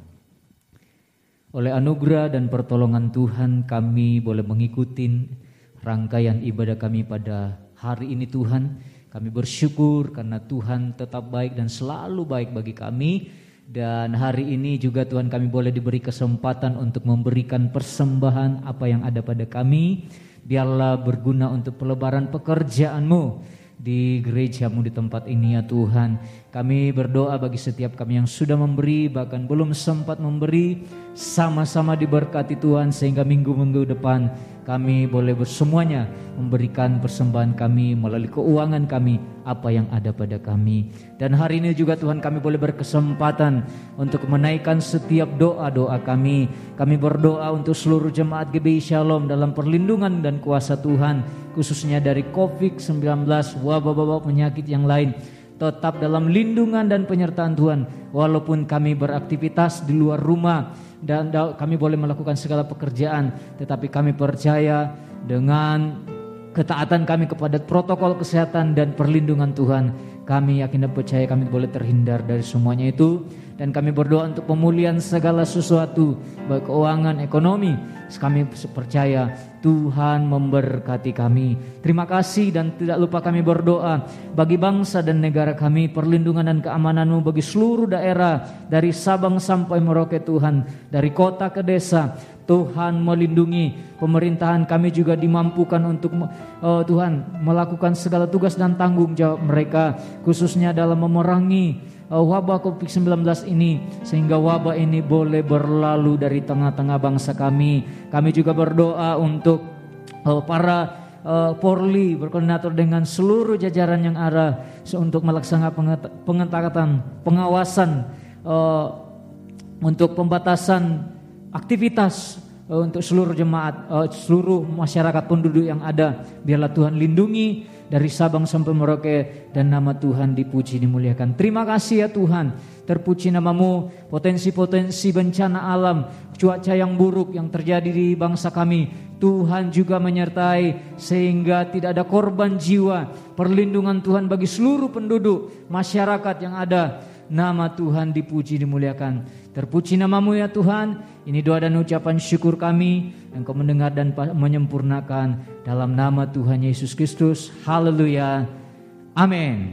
Oleh anugerah dan pertolongan Tuhan, kami boleh mengikuti rangkaian ibadah kami pada hari ini Tuhan. Kami bersyukur karena Tuhan tetap baik dan selalu baik bagi kami. Dan hari ini juga Tuhan kami boleh diberi kesempatan untuk memberikan persembahan apa yang ada pada kami. Biarlah berguna untuk pelebaran pekerjaan-Mu di gereja-Mu di tempat ini ya Tuhan. Kami berdoa bagi setiap kami yang sudah memberi, bahkan belum sempat memberi, sama-sama diberkati Tuhan, sehingga minggu-minggu depan kami boleh bersemuanya memberikan persembahan kami melalui keuangan kami apa yang ada pada kami. Dan hari ini juga Tuhan kami boleh berkesempatan untuk menaikkan setiap doa-doa kami. Kami berdoa untuk seluruh jemaat G B I Shalom dalam perlindungan dan kuasa Tuhan, khususnya dari covid sembilan belas, wabah-wabah penyakit yang lain. Tetap dalam lindungan dan penyertaan Tuhan. Walaupun kami beraktivitas di luar rumah dan kami boleh melakukan segala pekerjaan, tetapi kami percaya dengan ketaatan kami kepada protokol kesehatan dan perlindungan Tuhan, kami yakin dan percaya kami boleh terhindar dari semuanya itu. Dan kami berdoa untuk pemulihan segala sesuatu, baik keuangan, ekonomi. Kami percaya Tuhan memberkati kami. Terima kasih dan tidak lupa kami berdoa bagi bangsa dan negara kami, perlindungan dan keamanan-Mu bagi seluruh daerah dari Sabang sampai Merauke Tuhan, dari kota ke desa. Tuhan melindungi pemerintahan kami juga dimampukan untuk oh, Tuhan melakukan segala tugas dan tanggung jawab mereka, khususnya dalam memerangi wabah covid sembilan belas ini, sehingga wabah ini boleh berlalu dari tengah-tengah bangsa kami. Kami juga berdoa untuk uh, para uh, Polri berkoordinator dengan seluruh jajaran yang ada untuk melaksanakan pengetatan pengawasan uh, untuk pembatasan aktivitas uh, untuk seluruh jemaat, uh, seluruh masyarakat penduduk yang ada. Biarlah Tuhan lindungi dari Sabang sampai Merauke, dan nama Tuhan dipuji dimuliakan. Terima kasih ya Tuhan, terpuji nama-Mu. Potensi-potensi bencana alam, cuaca yang buruk yang terjadi di bangsa kami, Tuhan juga menyertai sehingga tidak ada korban jiwa. Perlindungan Tuhan bagi seluruh penduduk masyarakat yang ada. Nama Tuhan dipuji dimuliakan. Terpuji nama-Mu ya Tuhan. Ini doa dan ucapan syukur kami, Engkau mendengar dan menyempurnakan dalam nama Tuhan Yesus Kristus. Haleluya. Amin.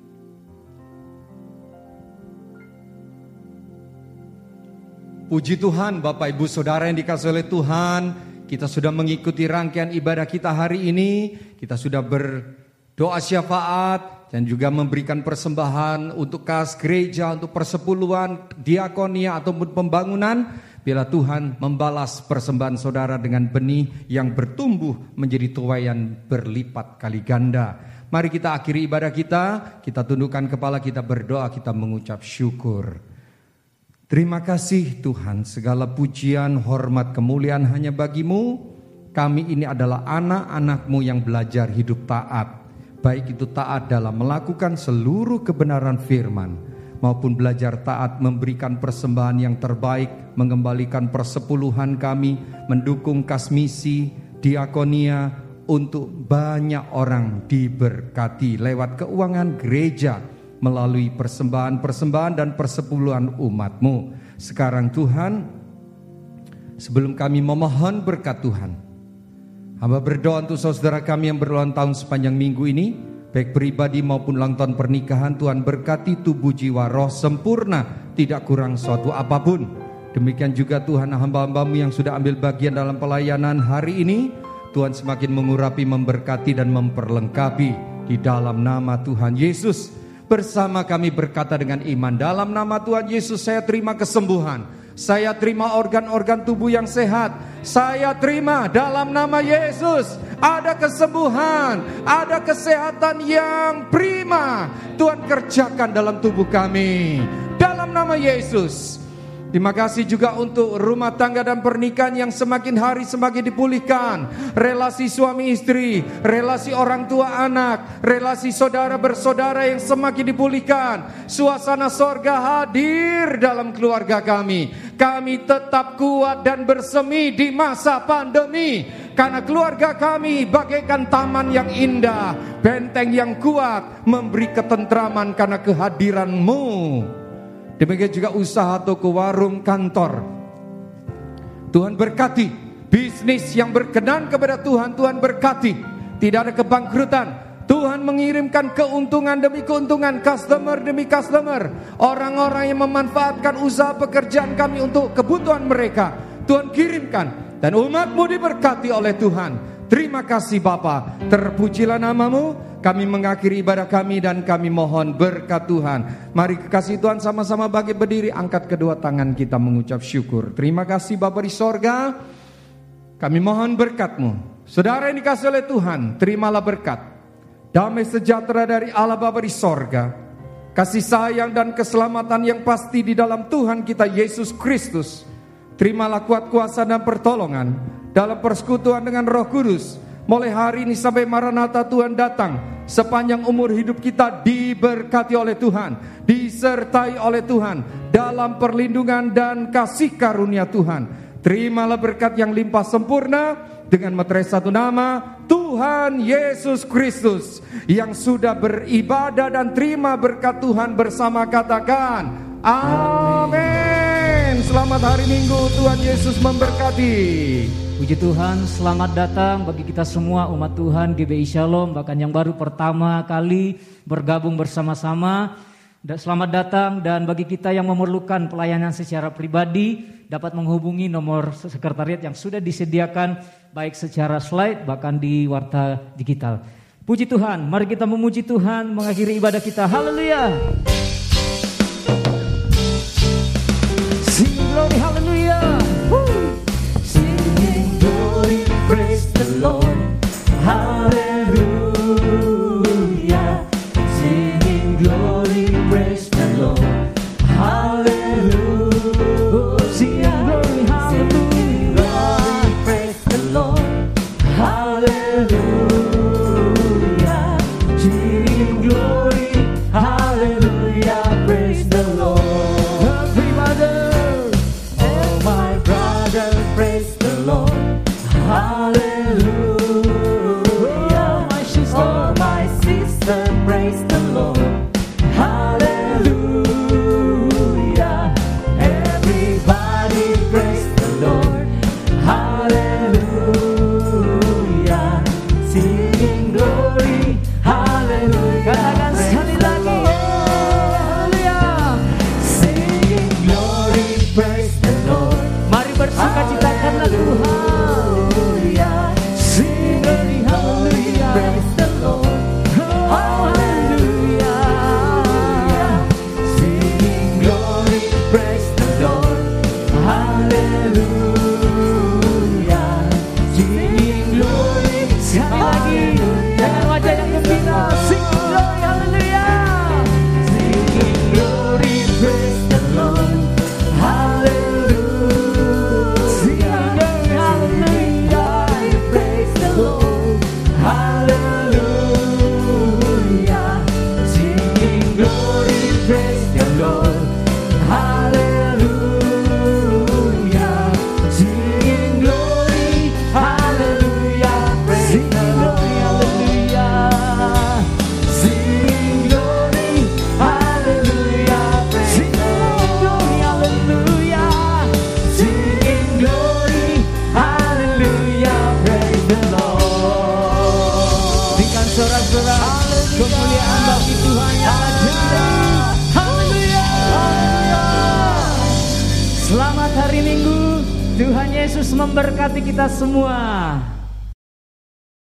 Puji Tuhan, Bapak Ibu Saudara yang dikasihi oleh Tuhan. Kita sudah mengikuti rangkaian ibadah kita hari ini. Kita sudah berdoa syafaat. dan juga memberikan persembahan untuk kas gereja, untuk persepuluhan, diakonia ataupun pembangunan, biarlah Tuhan membalas persembahan saudara dengan benih yang bertumbuh menjadi tuaian berlipat kali ganda. Mari kita akhiri ibadah kita, kita tundukkan kepala, kita berdoa, kita mengucap syukur. Terima kasih Tuhan, segala pujian, hormat, kemuliaan hanya bagimu. Kami ini adalah anak-anak-Mu yang belajar hidup taat. Baik itu taat dalam melakukan seluruh kebenaran firman, maupun belajar taat memberikan persembahan yang terbaik, mengembalikan persepuluhan kami, mendukung kas misi, diakonia, untuk banyak orang diberkati lewat keuangan gereja, melalui persembahan-persembahan dan persepuluhan umat-Mu. Sekarang Tuhan, sebelum kami memohon berkat Tuhan, hamba berdoa untuk saudara kami yang berulang tahun sepanjang minggu ini, baik pribadi maupun ulang tahun pernikahan. Tuhan berkati tubuh jiwa roh sempurna, tidak kurang suatu apapun. Demikian juga Tuhan hamba-hamba-Mu yang sudah ambil bagian dalam pelayanan hari ini, Tuhan semakin mengurapi, memberkati dan memperlengkapi di dalam nama Tuhan Yesus. Bersama kami berkata dengan iman, dalam nama Tuhan Yesus saya terima kesembuhan, saya terima organ-organ tubuh yang sehat, saya terima dalam nama Yesus ada kesembuhan, ada kesehatan yang prima Tuhan kerjakan dalam tubuh kami dalam nama Yesus. Terima kasih juga untuk rumah tangga dan pernikahan yang semakin hari semakin dipulihkan. Relasi suami istri, relasi orang tua anak, relasi saudara bersaudara yang semakin dipulihkan. Suasana sorga hadir dalam keluarga kami. Kami tetap kuat dan bersemi di masa pandemi. Karena keluarga kami bagaikan taman yang indah, benteng yang kuat, memberi ketentraman karena kehadiran-Mu. Demikian juga usaha toko, warung, kantor. Tuhan berkati bisnis yang berkenan kepada Tuhan. Tuhan berkati, tidak ada kebangkrutan. Tuhan mengirimkan keuntungan demi keuntungan, customer demi customer, orang-orang yang memanfaatkan usaha pekerjaan kami untuk kebutuhan mereka. Tuhan kirimkan dan umat-Mu diberkati oleh Tuhan. Terima kasih Bapa, terpujilah nama-Mu. Kami mengakhiri ibadah kami dan kami mohon berkat Tuhan. Mari kekasih Tuhan sama-sama bangkit berdiri, angkat kedua tangan kita mengucap syukur. Terima kasih Bapa di sorga, kami mohon berkat-Mu. Saudara yang dikasih oleh Tuhan, terimalah berkat, damai sejahtera dari Allah Bapa di sorga, kasih sayang dan keselamatan yang pasti di dalam Tuhan kita Yesus Kristus. Terimalah kuat kuasa dan pertolongan dalam persekutuan dengan Roh Kudus, mulai hari ini sampai Maranatha Tuhan datang. Sepanjang umur hidup kita diberkati oleh Tuhan, disertai oleh Tuhan, dalam perlindungan dan kasih karunia Tuhan. Terimalah berkat yang limpah sempurna dengan meterai satu nama, Tuhan Yesus Kristus, yang sudah beribadah dan terima berkat Tuhan bersama, katakan amin. Selamat hari Minggu, Tuhan Yesus memberkati. Puji Tuhan, selamat datang bagi kita semua umat Tuhan G B I Shalom, bahkan yang baru pertama kali bergabung bersama-sama. Selamat datang, dan bagi kita yang memerlukan pelayanan secara pribadi dapat menghubungi nomor sekretariat yang sudah disediakan baik secara slide bahkan di warta digital. Puji Tuhan, mari kita memuji Tuhan mengakhiri ibadah kita. Haleluya. Sing glory, haleluya. Praise the Lord, hallelujah. Singing glory, praise the Lord, hallelujah. Singing glory, hallelujah. Praise the Lord, hallelujah. Singing glory, hallelujah. Yesus memberkati kita semua.